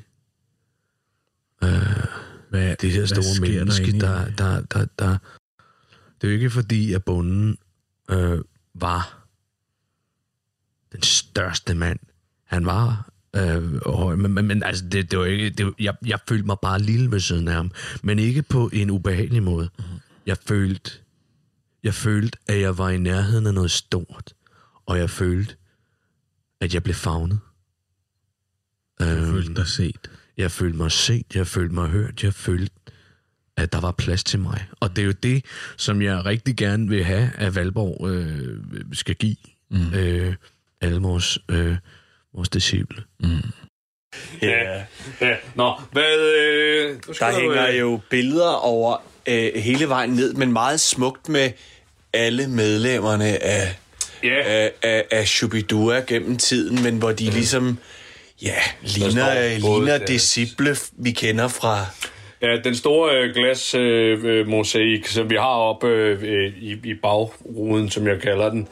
L: Det her store menneske, der det er jo ikke fordi, at Bunden var den største mand. Han var men altså, det var ikke... Jeg følte mig bare lille ved siden af ham, men ikke på en ubehagelig måde. Jeg følte, at jeg var i nærheden af noget stort, og jeg følte, at jeg blev favnet.
D: Du følte dig set?
L: Jeg følte mig set, jeg følte mig hørt, jeg følte, at der var plads til mig. Og det er jo det, som jeg rigtig gerne vil have, at Valborg skal give alle vores disciple.
J: Ja.
K: Nå,
J: der hænger jo billeder over hele vejen ned, men meget smukt med alle medlemmerne af Shubidua gennem tiden, men hvor de ligesom ligner disciple, vi kender fra...
K: Ja, den store glasmosaik, som vi har oppe i bagruden, som jeg kalder den,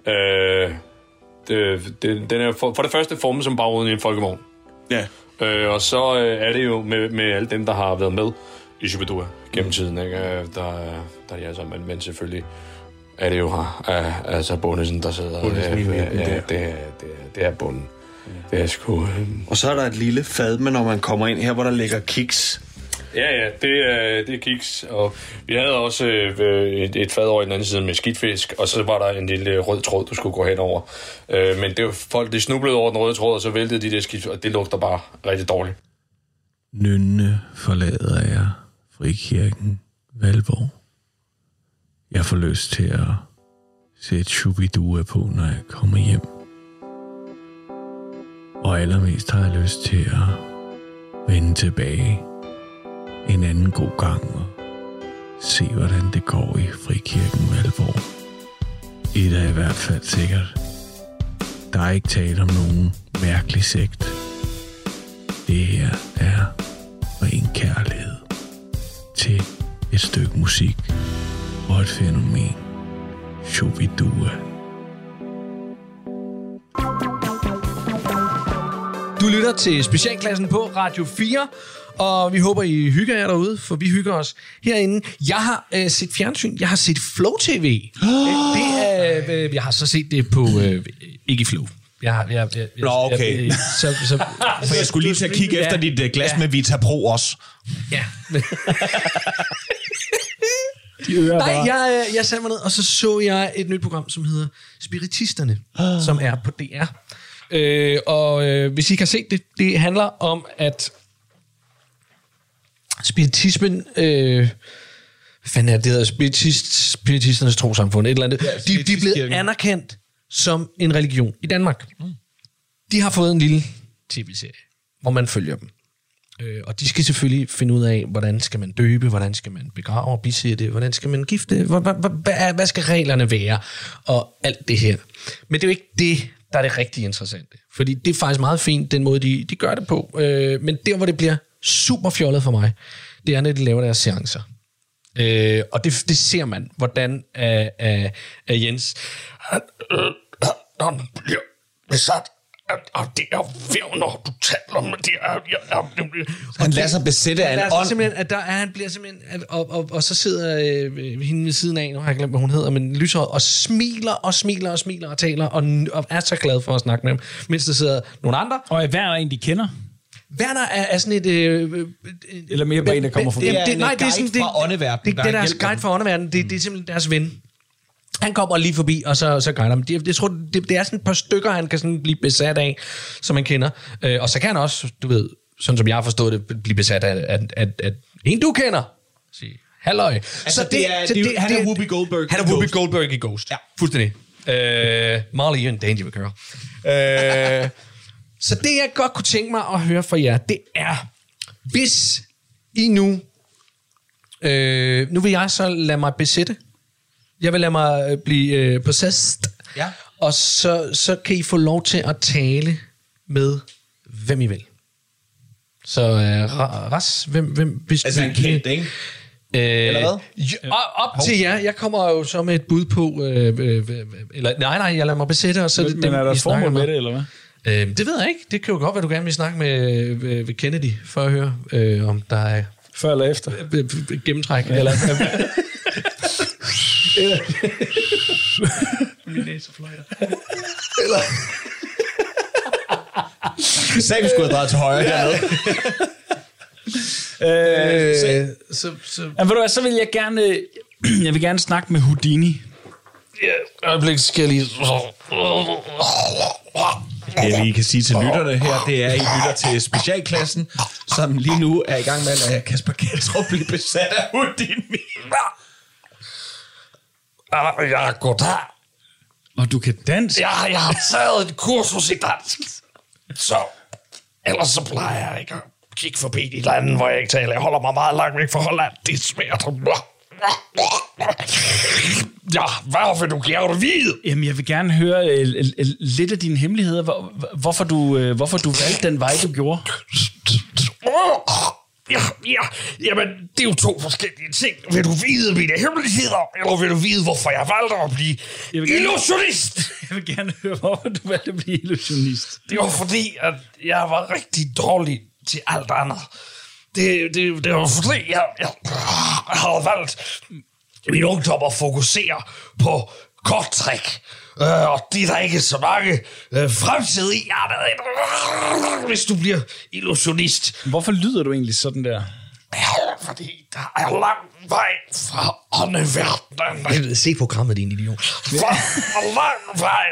K: den er for det første formet som bagruden i en folkevogn.
J: Ja.
K: Og så er det jo med alle dem, der har været med i Shubidua gennem tiden, ikke? Der er de altså, men selvfølgelig er det jo her, altså Bundesen, der sidder. Det er Bunden. Det er sgu...
J: Og så er der et lille fad, men når man kommer ind her, hvor der ligger kiks.
K: Ja, det er kiks, og vi havde også et fad over i den anden side med skidtfisk, og så var der en lille rød tråd, du skulle gå hen over. Men det var folk, de snublede over den røde tråd, og så væltede de der skidtfisk, og det lugter bare rigtig dårligt.
D: Nynne forlader jeg frikirken Valborg. Jeg får lyst til at sætte Shubidua på, når jeg kommer hjem. Og allermest har jeg lyst til at vende tilbage en anden god gang og se, hvordan det går i Frikirken Valborg. Et er i hvert fald sikkert. Der er ikke tale om nogen mærkelig sekt. Det her er ren kærlighed til et stykke musik og et fænomen. Shubidua.
B: Du lytter til Specialklassen på Radio 4, og vi håber, I hygger jer derude, for vi hygger os herinde. Jeg har set fjernsyn, jeg har set Flow TV. Jeg har så set det på, ikke i Flow.
C: Okay. For jeg skulle lige til at kigge efter dit glas med Vita Pro også.
B: Ja. Jeg satte mig ned, og så jeg et nyt program, som hedder Spiritisterne, som er på DR. Hvis I ikke har set det, det handler om, at spiritismen, fanden er det hedder, spiritisternes trosamfund, et eller andet, de er blevet anerkendt som en religion i Danmark. De har fået en lille tv-serie, hvor man følger dem. Og de skal selvfølgelig finde ud af, hvordan skal man døbe, hvordan skal man begrave og bisætte, hvordan skal man gifte, hvad skal reglerne være, og alt det her. Men det er jo ikke det, der er det rigtig interessante. Fordi det er faktisk meget fint, den måde, de gør det på. Men der, hvor det bliver super fjollet for mig, det er, når de laver deres seancer. Og det ser man, hvordan Jens han bliver besat. Og det er væv, når du taler om det.
C: Han lader sig besætte af en ånd.
B: Han bliver simpelthen... Og så sidder hende ved siden af, nu har jeg glemt, hvad hun hedder, men lyshåret, og smiler og taler, og er så glad for at snakke med ham, mens der sidder nogle andre.
E: Og er Werner en, de kender?
B: Werner er sådan et...
E: eller mere bare en, der kommer fra...
C: Det er en guide fra åndeverdenen.
B: Det er deres guide fra åndeverdenen. Det er simpelthen deres ven. Han kommer lige forbi, og så guider ham. Jeg tror, det er sådan et par stykker, han kan sådan blive besat af, som man kender. Og så kan han også, du ved, sådan som jeg har forstået det, blive besat af en, du kender. Sige, halløj.
C: Altså, han er Whoopi Goldberg.
B: Han er Whoopi Goldberg i Ghost. Ja, fuldstændig. Marley, you're in danger, girl. Så det, jeg godt kunne tænke mig at høre fra jer, det er, hvis I nu vil jeg så lade mig besætte. Jeg vil lade mig blive possessed. Ja. Og så kan I få lov til at tale med, hvem I vil. Så Ras, hvem
C: altså en kendt, ikke? Eller hvad?
B: Op til jer. Jeg kommer jo så med et bud på... nej, jeg lader mig besætte. Og så
E: men er der formål med det, eller hvad?
B: Det ved jeg ikke. Det kan jo godt være, du gerne vil snakke med Kennedy, for at høre, om der er...
E: Før eller efter?
B: Gennemtræk. Eller... Min næse fløjter.
C: Eller... Jeg sagde, vi skulle have drejet til højre hernede.
E: Så vil jeg gerne... Jeg vil gerne snakke med Houdini.
B: Ja, øjeblik skal jeg lige...
C: Det jeg lige kan sige til lytterne her, det er, at I lytter til Specialklassen, som lige nu er i gang med at lade Kasper Kjeldrup blive besat af Houdini.
B: Jeg er godt her.
E: Og du kan danse?
B: Ja, jeg har taget et kursus i dansk. Så ellers så plejer jeg ikke at kigge forbi de lande, hvor jeg ikke taler. Jeg holder mig meget langt væk fra Holland. Det er svært. Ja, hvad vil du gerne vide?
E: Jamen, jeg vil gerne høre lidt af dine hemmeligheder. Hvorfor du valgte den vej, du gjorde?
B: Jamen, det er jo to forskellige ting. Vil du vide mine hemmeligheder, eller vil du vide, hvorfor jeg valgte at blive illusionist?
E: Jeg vil gerne høre, hvorfor du valgte at blive illusionist.
B: Det var fordi, at jeg var rigtig dårlig til alt andet. Det var fordi, jeg havde valgt min ungdom at fokusere på korttræk. Og det er der ikke så mange fremtid i, hvis du bliver illusionist.
E: Hvorfor lyder du egentlig sådan der?
B: Ja, fordi der er lang vej fra åndeverdenen. Se programmet, din idiot. Fra lang vej.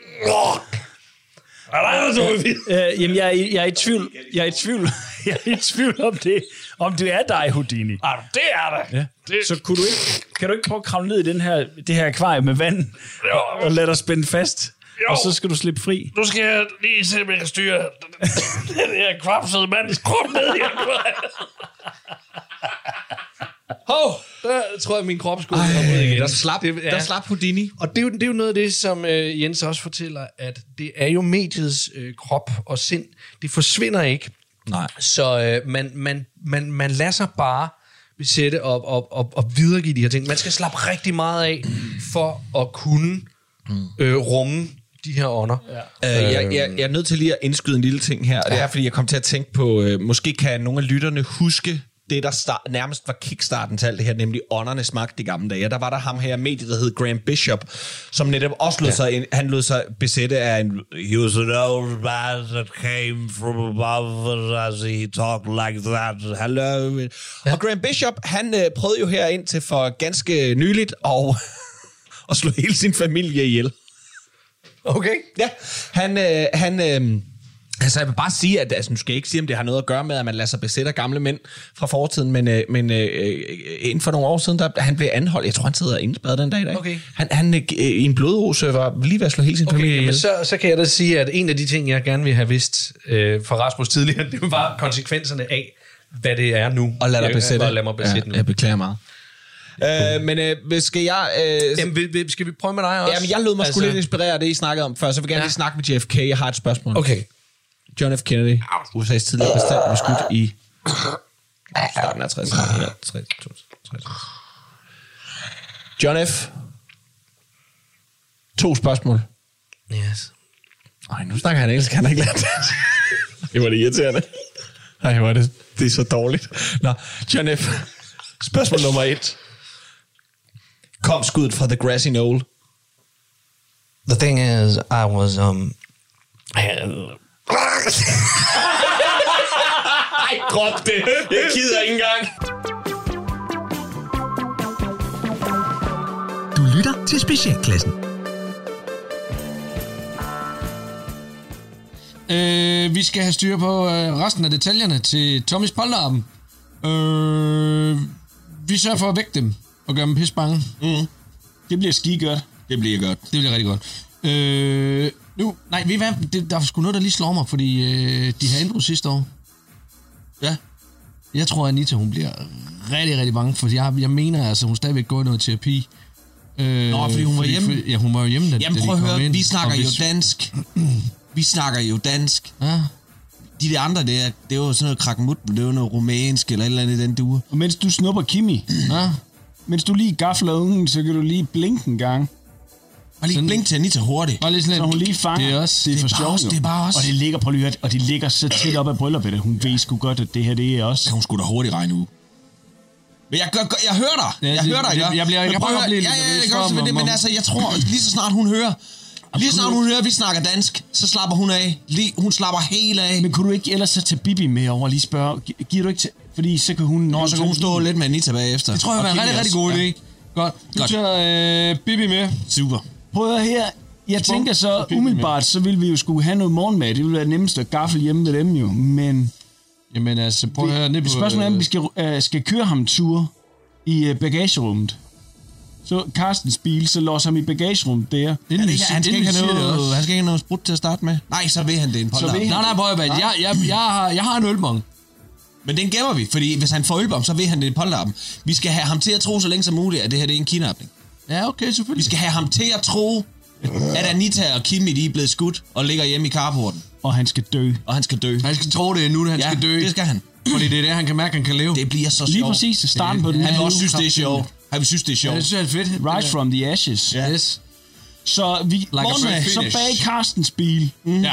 E: Jamen, jeg er i tvivl. Jeg er i tvivl om det er dig, Houdini.
B: Det er det.
E: Ja. Så kan du ikke prøve at kravle ned i det her akvarie med vand og lade dig spænde fast? Jo. Og så skal du slippe fri.
B: Nu skal jeg lige se, om jeg kan styre den her kvapsede mands krop ned i akvariet. tror jeg, min krop skulle ud igen.
C: Der slap Houdini.
B: Og det er jo noget af det, som Jens også fortæller, at det er jo mediets krop og sind. Det forsvinder ikke.
C: Nej.
B: Så man lader sig bare besætte og videregive de her ting. Man skal slappe rigtig meget af for at kunne rumme de her ånder.
C: Jeg er nødt til lige at indskyde en lille ting her, og det er, fordi jeg kom til at tænke på, måske kan nogle af lytterne huske det, der nærmest var kickstarten til alt det her, nemlig åndernes magt i gamle dage. Der var der ham her medie, der hed Graham Bishop, som netop også lod sig besætte af en... He was an old man that came from above as he talked like that. Hello. Ja. Og Graham Bishop, han prøvede jo her ind til for ganske nyligt at slå hele sin familie ihjel.
B: Okay.
C: Ja, altså jeg vil bare sige, at nu skal jeg ikke sige, om det har noget at gøre med, at man lader sig besætte gamle mænd fra fortiden, men inden for nogle år siden, han blev anholdt. Jeg tror, han sidder indespærret den dag i dag. Okay. Han i en blodrose var lige ved at slå hele sin familie ihjel.
B: Så kan jeg da sige, at en af de ting, jeg gerne vil have vidst fra Rasmus tidligere, det var konsekvenserne af, hvad det er nu.
C: Og lad dig besætte.
B: Lad mig besætte nu.
C: Jeg beklager meget. Men skal jeg...
B: skal vi prøve med dig også?
C: Jamen, jeg lød mig sgu lidt inspirere af det, I snakkede om før, så vil jeg gerne lige snakke med JFK. Jeg har et spørgsmål.
B: Okay.
C: John F. Kennedy, USA's tidligere præsident, blev skudt i starten af 60'erne. John F. 2 spørgsmål.
B: Yes.
C: Ej, nu snakker han engelsk, han har ikke lært det. Det var det irriterende. Ej, hvor det er så dårligt. Nå, John F. Spørgsmål nummer 1. Kom skuddet fra The Grassy Knoll?
B: The thing is, I was,
C: Ej, drop det. Jeg gider ikke engang.
G: Du lytter til Specialklassen.
B: Vi skal have styr på resten af detaljerne til Tommys polterappen. Vi sørger for at vække dem og gøre dem pisse bange.
E: Det bliver skigodt.
B: Det bliver rigtig godt. Der er sgu noget, der lige slår mig, fordi de har indbrud sidste år. Ja. Jeg tror, Anita, hun bliver rigtig, rigtig bange, for jeg mener, altså, hun stadigvæk går i noget terapi.
C: Fordi hun var hjemme?
B: Ja, hun var jo hjemme,
C: Jamen prøv at høre, vi snakker jo dansk. Vi snakker jo dansk.
B: Ja.
C: De der andre, det er jo sådan noget krakmut, det er jo noget rumænsk eller et eller andet i den duer.
E: Og mens du snupper Kimi, mens du lige gafler ungen, så kan du lige blinke en gang.
C: Og lige blink til Anita hurtigt.
E: Så hun lige fanger.
B: Det er også.
E: Det er for sjovt.
C: Det er bare også.
E: Og det ligger på lyret, og det ligger så tæt op ad brylluppet. Hun ved sgu godt, at det her, det er også.
C: Så hun skulle da hurtigt regne ud. Men jeg hører dig. Jeg hører dig.
B: Jeg prøver at blive lidt.
C: Men altså, jeg tror, lige så snart hun hører, at vi snakker dansk, så slapper hun af. Hun slapper helt af.
E: Men kunne du ikke ellers så tage Bibi med over og lige spørge? Giver du ikke til? Fordi så kan hun...
C: så kan hun stå lidt med Anita bagefter.
B: Det tror jeg var en rigtig, rigtig god idé. Godt. Du tager Bibi med.
C: Super.
E: Prøv her. Jeg tænker så umiddelbart, så vil vi jo skulle have noget morgenmad. Det vil være nemmest at gaffel hjemme med dem jo. Men...
B: Jamen altså, prøv at høre.
E: Spørgsmålet er, om vi skal køre ham en tur i bagagerummet. Så Carstens bil, så låser ham i bagagerummet der.
C: Han skal ikke have noget sprut til at starte med. Nej, så vil han det en polterappen.
B: Nej, prøv at høre. Jeg har en ølbong.
C: Men den gemmer vi, fordi hvis han får ølbong, så vil han det en polterappen. Vi skal have ham til at tro så længe som muligt, at det her det er en kidnapning.
B: Ja, okay, selvfølgelig.
C: Vi skal have ham til at tro, at Anita og Kimi, de er blevet skudt og ligger hjemme i carporten.
E: Og han skal dø.
C: Han skal
B: tro det nu, han skal dø.
C: Det skal han.
B: Fordi det er det, han kan mærke, han kan leve.
C: Det bliver så sjovt.
E: Lige præcis, starten på den.
C: Han vil også synes, det er sjovt.
B: Det synes jeg er fedt.
E: Rise from the ashes.
B: Yes.
E: Så vi så bag Carstens bil,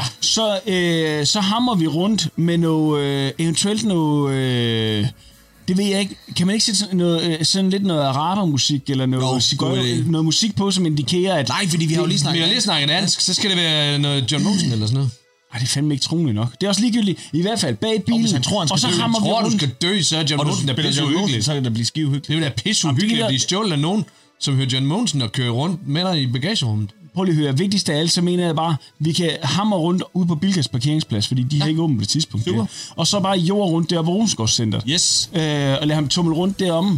E: så hammer vi rundt med noget, eventuelt noget, det ved jeg ikke, kan man ikke sætte sådan lidt noget arabermusik, eller noget musik på, som indikerer, at...
C: Nej, fordi vi har jo lige
B: snakket dansk, så skal det være noget John Mogensen eller sådan noget.
E: Ej, det er fandme ikke troligt nok. Det er også ligegyldigt. I hvert fald bag bilen.
C: Hvis han tror, han skal
E: og så
C: dø.
E: hammer vi rundt.
B: Du skal dø, så er John Mogensen der pisse uhyggeligt.
C: Så kan det blive skivehyggeligt.
B: Det vil da pisse uhyggeligt at blive stjålet af nogen, som hører John Mogensen og kører rundt med dig i bagagerummet.
E: Prøv lige at høre. Vigtigst af alt, så mener jeg bare, vi kan hamre rundt ude på Bilkas parkeringsplads, fordi de har ikke åbent på et tidspunkt. Og så bare jord rundt der på Rosengårdscenteret.
C: Yes.
E: Og lade ham tumle rundt deromme.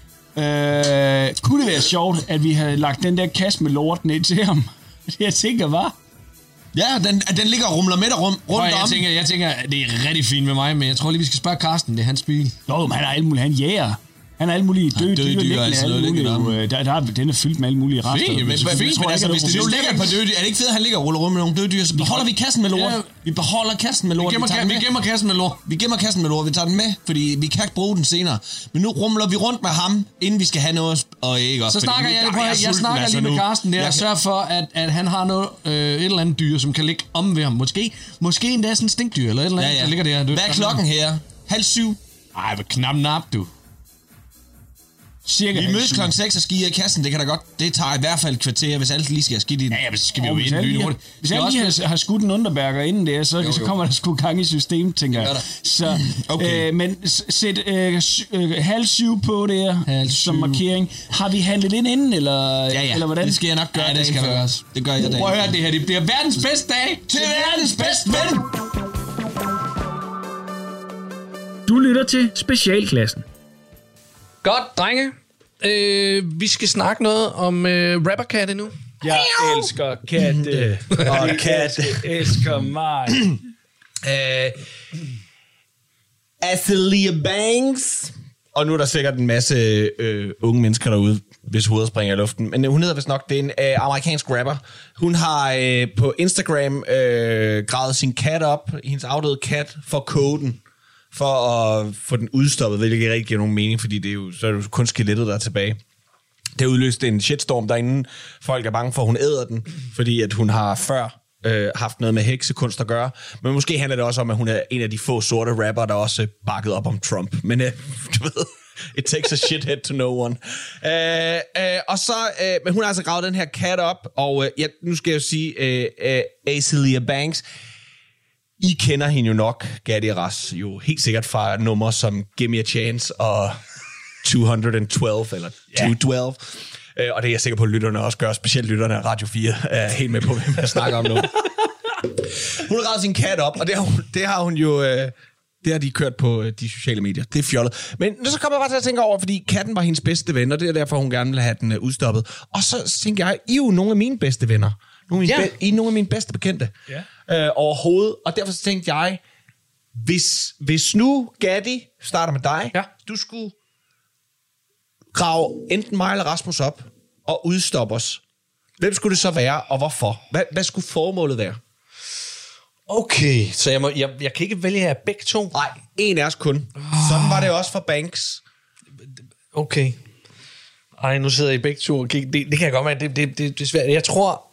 E: Kunne det være sjovt, at vi havde lagt den der kasse med lort ned til ham? Jeg tænker bare.
C: Ja, den ligger og rumler med dig rundt om.
B: Jeg tænker, det er rigtig fint med mig, men jeg tror lige, vi skal spørge Carsten. Det er hans bil.
E: Jo, men han er alt muligt. Han jæger. Han er alle mulige døde dyr, altså den er fyldt med alle mulige rester.
C: Men altså, hvis det nu ligger på døde dyr, er det ikke fedt, at han ligger og ruller rundt med nogle døde dyr, så beholder vi kassen med lort. Vi beholder kassen med lort. Vi gemmer kassen med lort. Vi gemmer kassen med lort. Vi tager den med, fordi vi kan ikke bruge den senere. Men nu rumler vi rundt med ham, inden vi skal have noget og ikke.
B: Så snakker jeg snakker lige med Carsten der og sørger for, at han har noget, et eller andet dyr, som kan ligge om ved ham. Måske endda sådan en stinkdyr eller et eller andet, der ligger der.
C: Hvad er klokken her? 6:30?
B: Ej, hvad knap, du.
C: Cirka vi mødes klokken 6 og skier i kassen, det kan da godt. Det tager i hvert fald et kvarter, hvis alt lige skal have skidt i den.
B: Ja, så skal vi jo ind lynhurtigt.
E: Hvis alle lige har skudt en underberger inden der, så kommer der sgu gang i systemet, tænker jeg. Så, okay. Men sæt 6:30 på der som markering. Har vi handlet ind inden, eller, eller hvordan?
C: Det skal jeg nok gøre.
B: Ja, det skal jeg også.
C: Det gør jeg da.
B: Prøv at høre det her, det bliver verdens bedste dag til verdens bedste ven.
E: Du lytter til Specialklassen.
B: Godt, drenge. Vi skal snakke noget om rapperkatte nu.
E: Jeg elsker katte. Og katte elsker mig.
C: Azealia Banks. Og nu er der sikkert en masse unge mennesker derude, hvis hovedet springer i luften. Men hun hedder vist nok, det er en amerikansk rapper. Hun har på Instagram gravet sin kat op, hendes afdøde kat, for koden. For at få den udstoppet, hvilket ikke rigtig giver nogen mening, fordi så er det jo kun skelettet, der er tilbage. Det har udløst en shitstorm derinde. Folk er bange for, at hun æder den, fordi at hun har før haft noget med heksekunst at gøre. Men måske handler det også om, at hun er en af de få sorte rapper, der også bakket op om Trump. Men du ved, it takes a shithead to know one. Og så, men hun har altså gravet den her kat op, og nu skal jeg jo sige, Azealia Banks. I kender hende jo nok, Gatti og Ras, jo helt sikkert fra numre som Give Me a Chance og 212 eller 212. Og det er jeg sikker på, at lytterne også gør, specielt lytterne af Radio 4 er helt med på, hvem jeg snakker om nu. Hun har gravet sin kat op, og det har hun jo... Det har de kørt på de sociale medier. Det er fjollet. Men så kommer jeg bare til at tænke over, fordi katten var hendes bedste ven, og det er derfor, hun gerne vil have den udstoppet. Og så tænker jeg, I er jo nogle af mine bedste venner. I er nogle af mine bedste bekendte overhovedet. Og derfor så tænkte jeg, hvis nu Gatti starter med dig, du skulle grave enten mig eller Rasmus op og udstoppe os. Hvem skulle det så være, og hvorfor? Hvad skulle formålet være?
B: Okay, så jeg kan ikke vælge af begge to?
C: Nej, en af os kun. Sådan var det også for Banks.
B: Okay. Ej, nu sidder I begge to og kigger. Det kan jeg godt være, det er svært. Jeg tror,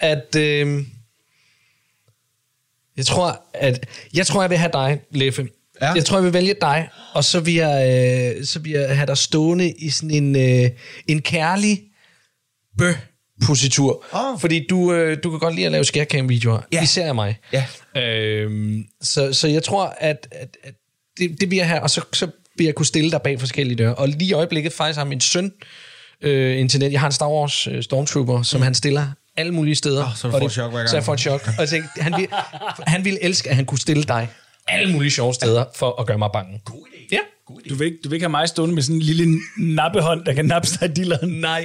B: jeg vil have dig, Leffe. Ja. Jeg tror, jeg vil vælge dig, og så vil jeg have dig stående i sådan en kærlig positur. Fordi du kan godt lide at lave skærcam-videoer, især af mig. Ja. Så jeg tror, at det vil jeg have, og så vil jeg kunne stille dig bag forskellige døre. Og lige i øjeblikket faktisk har min søn internet. Jeg har en Star Wars Stormtrooper, som han stiller alle mulige steder.
C: Så du får et chok hver gang.
B: Så jeg får et chok. Og jeg tænkte, han ville elske, at han kunne stille dig alle mulige sjove steder for at gøre mig bange. God idé. Ja.
E: Du vil ikke have mig stående med sådan en lille nappehånd, der kan nappe sig i dilleren.
B: Nej.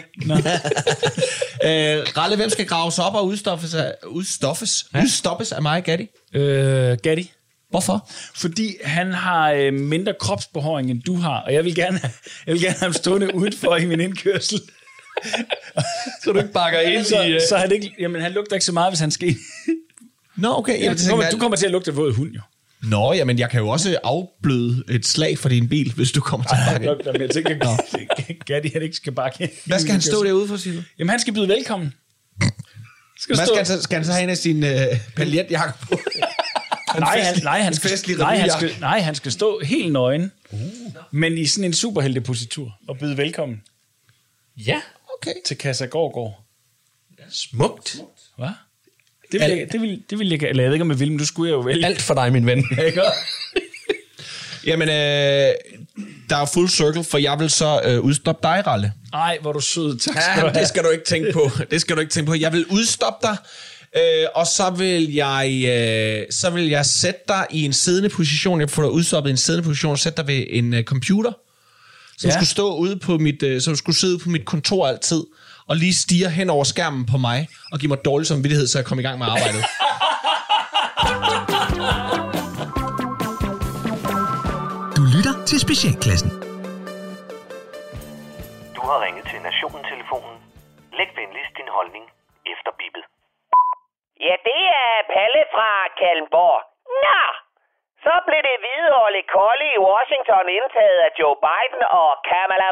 C: Ralle, hvem skal graves op og udstoppes af mig, Gatti?
E: Gatti.
C: Hvorfor?
E: Fordi han har mindre kropsbehåring, end du har, og jeg vil gerne have ham stående udenfor i min indkørsel.
B: Så du ikke bakker ind i...
E: Så han ikke... Jamen, han lugter ikke så meget, hvis han skal...
C: Nå, okay.
E: Du kommer til at lugte våd hund, jo.
C: Nå, jamen, jeg kan jo også afbløde et slag for din bil, hvis du kommer til at bakke ind.
E: Men jeg tænker, Gatti, han ikke skal bakke ind.
C: Hvad skal han stå derude for, siger du?
E: Jamen, han skal byde velkommen.
C: Skal han så have en af sine paljetjakker på?
E: Nej, han skal stå helt nøgen, men i sådan en superheltepositur og byde velkommen.
B: Ja,
E: okay. Til Casa Gårdgård.
B: Smukt.
E: Hvad? Det vil jeg ikke. Eller jeg ved ikke, om jeg vil, men du skulle jeg jo vælge.
B: Alt for dig, min ven.
C: Jamen, der er full circle, for jeg vil så udstoppe dig, Ralle.
E: Ej, hvor du sød. Tak
C: skal du have. Det skal du ikke tænke på. Jeg vil udstoppe dig, og så vil jeg sætte dig i en siddende position. Jeg får dig udstoppet i en siddende position og sætte dig ved en computer, som skulle stå ude på som skulle sidde på mit kontor altid, og lige stirre hen over skærmen på mig, og give mig dårlig samvittighed, så jeg kommer i gang med arbejdet.
G: Du lytter til Specialklassen.
M: har ringet til Nationen-telefonen. Læg venligst din holdning efter bippet.
N: Ja, det er Palle fra Kalmborg. Nå, så blev det vidårligt kolde i Washington indtaget af Joe Biden og Kamala,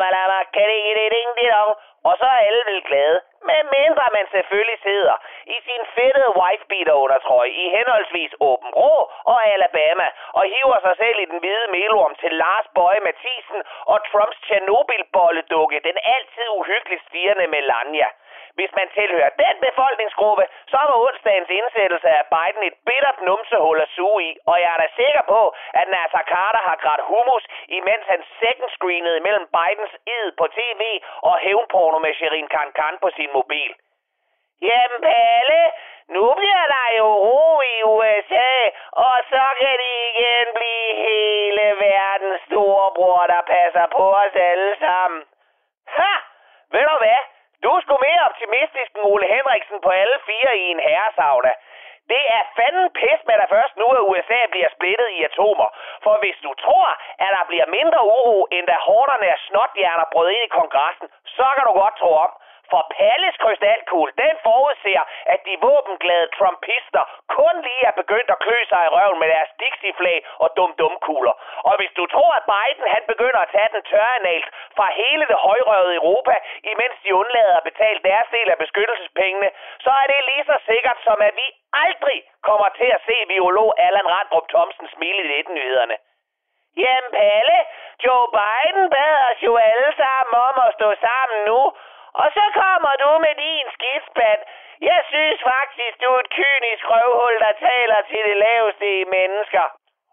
N: og så er alle vel glade. Men mindre man selvfølgelig sidder i sin fedtede wifebeater-undertrøje i henholdsvis Åben Rå og Alabama og hiver sig selv i den hvide melorm til Lars Boje Mathisen og Trumps Tjernobyl-bolledukke, den altid uhyggeligt stirrende Melania. Hvis man tilhører den befolkningsgruppe, så var onsdagens indsættelse af Biden et bittert numsehul at suge i, og jeg er da sikker på, at Nasser Carter har grædt hummus, imens han second-screenede mellem Bidens id på tv og hævnporno med Sherin Khan på sin mobil. Jamen Palle, nu bliver der jo ro i USA, og så kan de igen blive hele verdens storebror, der passer på os alle sammen. Ha! Ved du hvad? Du er sgu mere optimistisk end Ole Henriksen på alle fire i en herresauna. Det er fanden pis med dig først nu, at USA bliver splittet i atomer. For hvis du tror, at der bliver mindre uro, end da hårderne af snothjerner brød ind i kongressen, så kan du godt tro om. For Palles krystalkugle, den forudser, at de våbenglade trumpister kun lige er begyndt at klø sig i røven med deres Dixie-flag og dum-dum-kugler. Og hvis du tror, at Biden han begynder at tage den tørre nalt fra hele det højrøvede Europa, imens de undlader at betale deres del af beskyttelsespengene, så er det lige så sikkert som, at vi aldrig kommer til at se biolog Allan Randrup Thomsen smile i nyhederne. Jamen Palle, Joe Biden bad os jo alle sammen om at stå sammen nu. Og så kommer du med din skidsband. Jeg synes faktisk, du er et kynisk røvhul, der taler til det laveste i mennesker.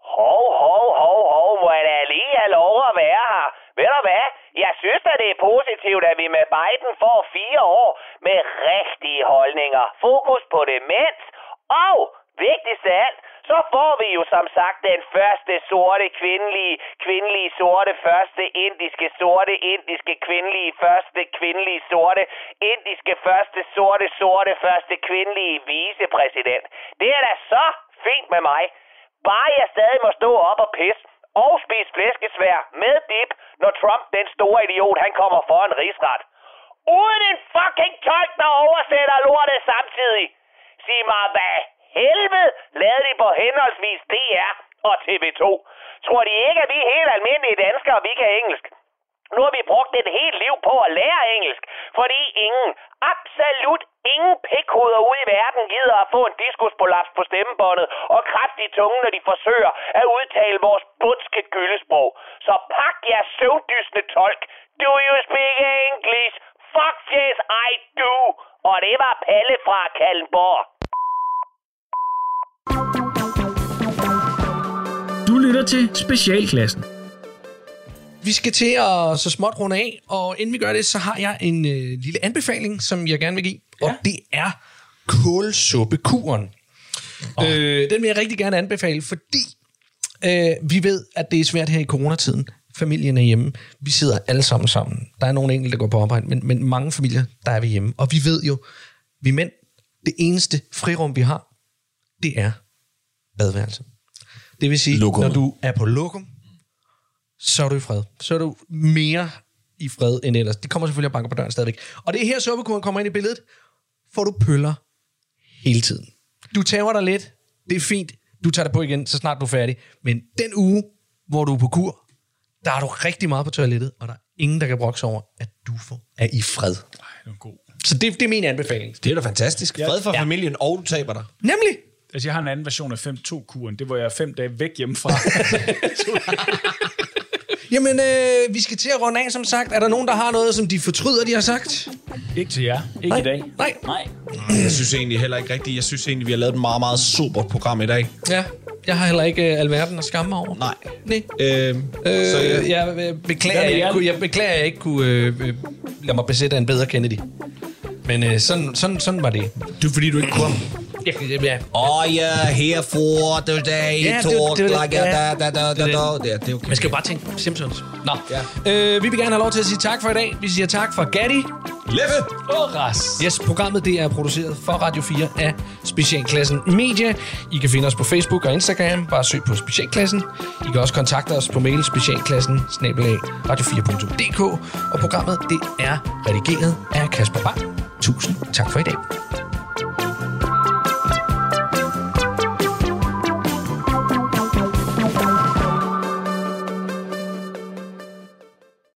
N: Hov, må jeg da lige have lov at være her. Ved du hvad? Jeg synes at det er positivt, at vi med Biden får 4 år med rigtige holdninger. Fokus på demens. Og vigtigst af alt, så får vi jo som sagt den første sorte kvindelige sorte, første indiske sorte, indiske kvindelige, første kvindelige sorte, indiske første sorte, første kvindelige vicepræsident. Det er da så fint med mig. Bare jeg stadig må stå op og pisse og spise flæskesvær med dip, når Trump, den store idiot, han kommer for en rigsret. Uden en fucking tolk, der oversætter lortet samtidig. Sig mig, hvad helvede lavede de på henholdsvis DR og TV2? Tror de ikke, at vi er helt almindelige danskere, og vi kan engelsk? Nu har vi brugt et helt liv på at lære engelsk, fordi absolut ingen pikhoveder ude i verden gider at få en diskusprolaps på stemmebåndet og kræft i tungen, når de forsøger at udtale vores bundske gyldesprog. Så pak jeres søvndysende tolk. Do you speak English? Fuck yes, I do. Og det var Palle fra Kalmborg.
E: Du lytter til Specialklassen.
B: Vi skal til at så småt runde af, og inden vi gør det, så har jeg en lille anbefaling, som jeg gerne vil give, og det er kålsuppekuren. Den vil jeg rigtig gerne anbefale, fordi vi ved, at det er svært her i coronatiden. Familien er hjemme. Vi sidder alle sammen. Der er nogle enkelte, der går på arbejde, men mange familier, der er vi hjemme. Og vi ved jo, vi mænd, det eneste frirum, vi har, det er badeværelse. Det vil sige, når du er på lokum, så er du i fred. Så er du mere i fred end ellers. De kommer selvfølgelig og banker på døren stadigvæk. Og det er her, suppekuren kommer ind i billedet. Får du pøller hele tiden. Du tager dig lidt. Det er fint. Du tager det på igen, så snart du er færdig. Men den uge, hvor du er på kur, der er du rigtig meget på toilettet, og der er ingen, der kan brokke sig over, at du er i fred.
E: Ej, det er god.
B: Så det er min anbefaling.
C: Det er da fantastisk. Fred for familien, og du taber dig.
B: Nemlig.
E: Altså, jeg har en anden version af 5-2-kuren. Det var jeg 5 dage væk hjemmefra.
B: Jamen, vi skal til at runde af, som sagt. Er der nogen, der har noget, som de fortryder, de har sagt?
E: Ikke til jer. Ikke i dag.
B: Nej.
C: Jeg synes egentlig heller ikke rigtigt. Jeg synes egentlig, vi har lavet et meget, meget super program i dag.
B: Ja, jeg har heller ikke alverden at skamme mig over.
C: Nej.
B: Så jeg beklager, at jeg ikke kunne lade mig besætte af en bedre Kennedy. Men sådan var det.
C: Det er fordi, du ikke kom.
B: Ja.
C: Here for today, talk like det er okay.
B: Man skal jo bare tænke Simpsons. Nå. Ja. Vi vil gerne have lov til at sige tak for i dag. Vi siger tak for Gatti.
C: Leffe!
B: Og Ras. Yes, programmet det er produceret for Radio 4 af Specialklassen Media. I kan finde os på Facebook og Instagram. Bare søg på Specialklassen. I kan også kontakte os på mail specialklassen@radio4.dk. Og programmet det er redigeret af Kasper Bang. Tusind tak for i dag.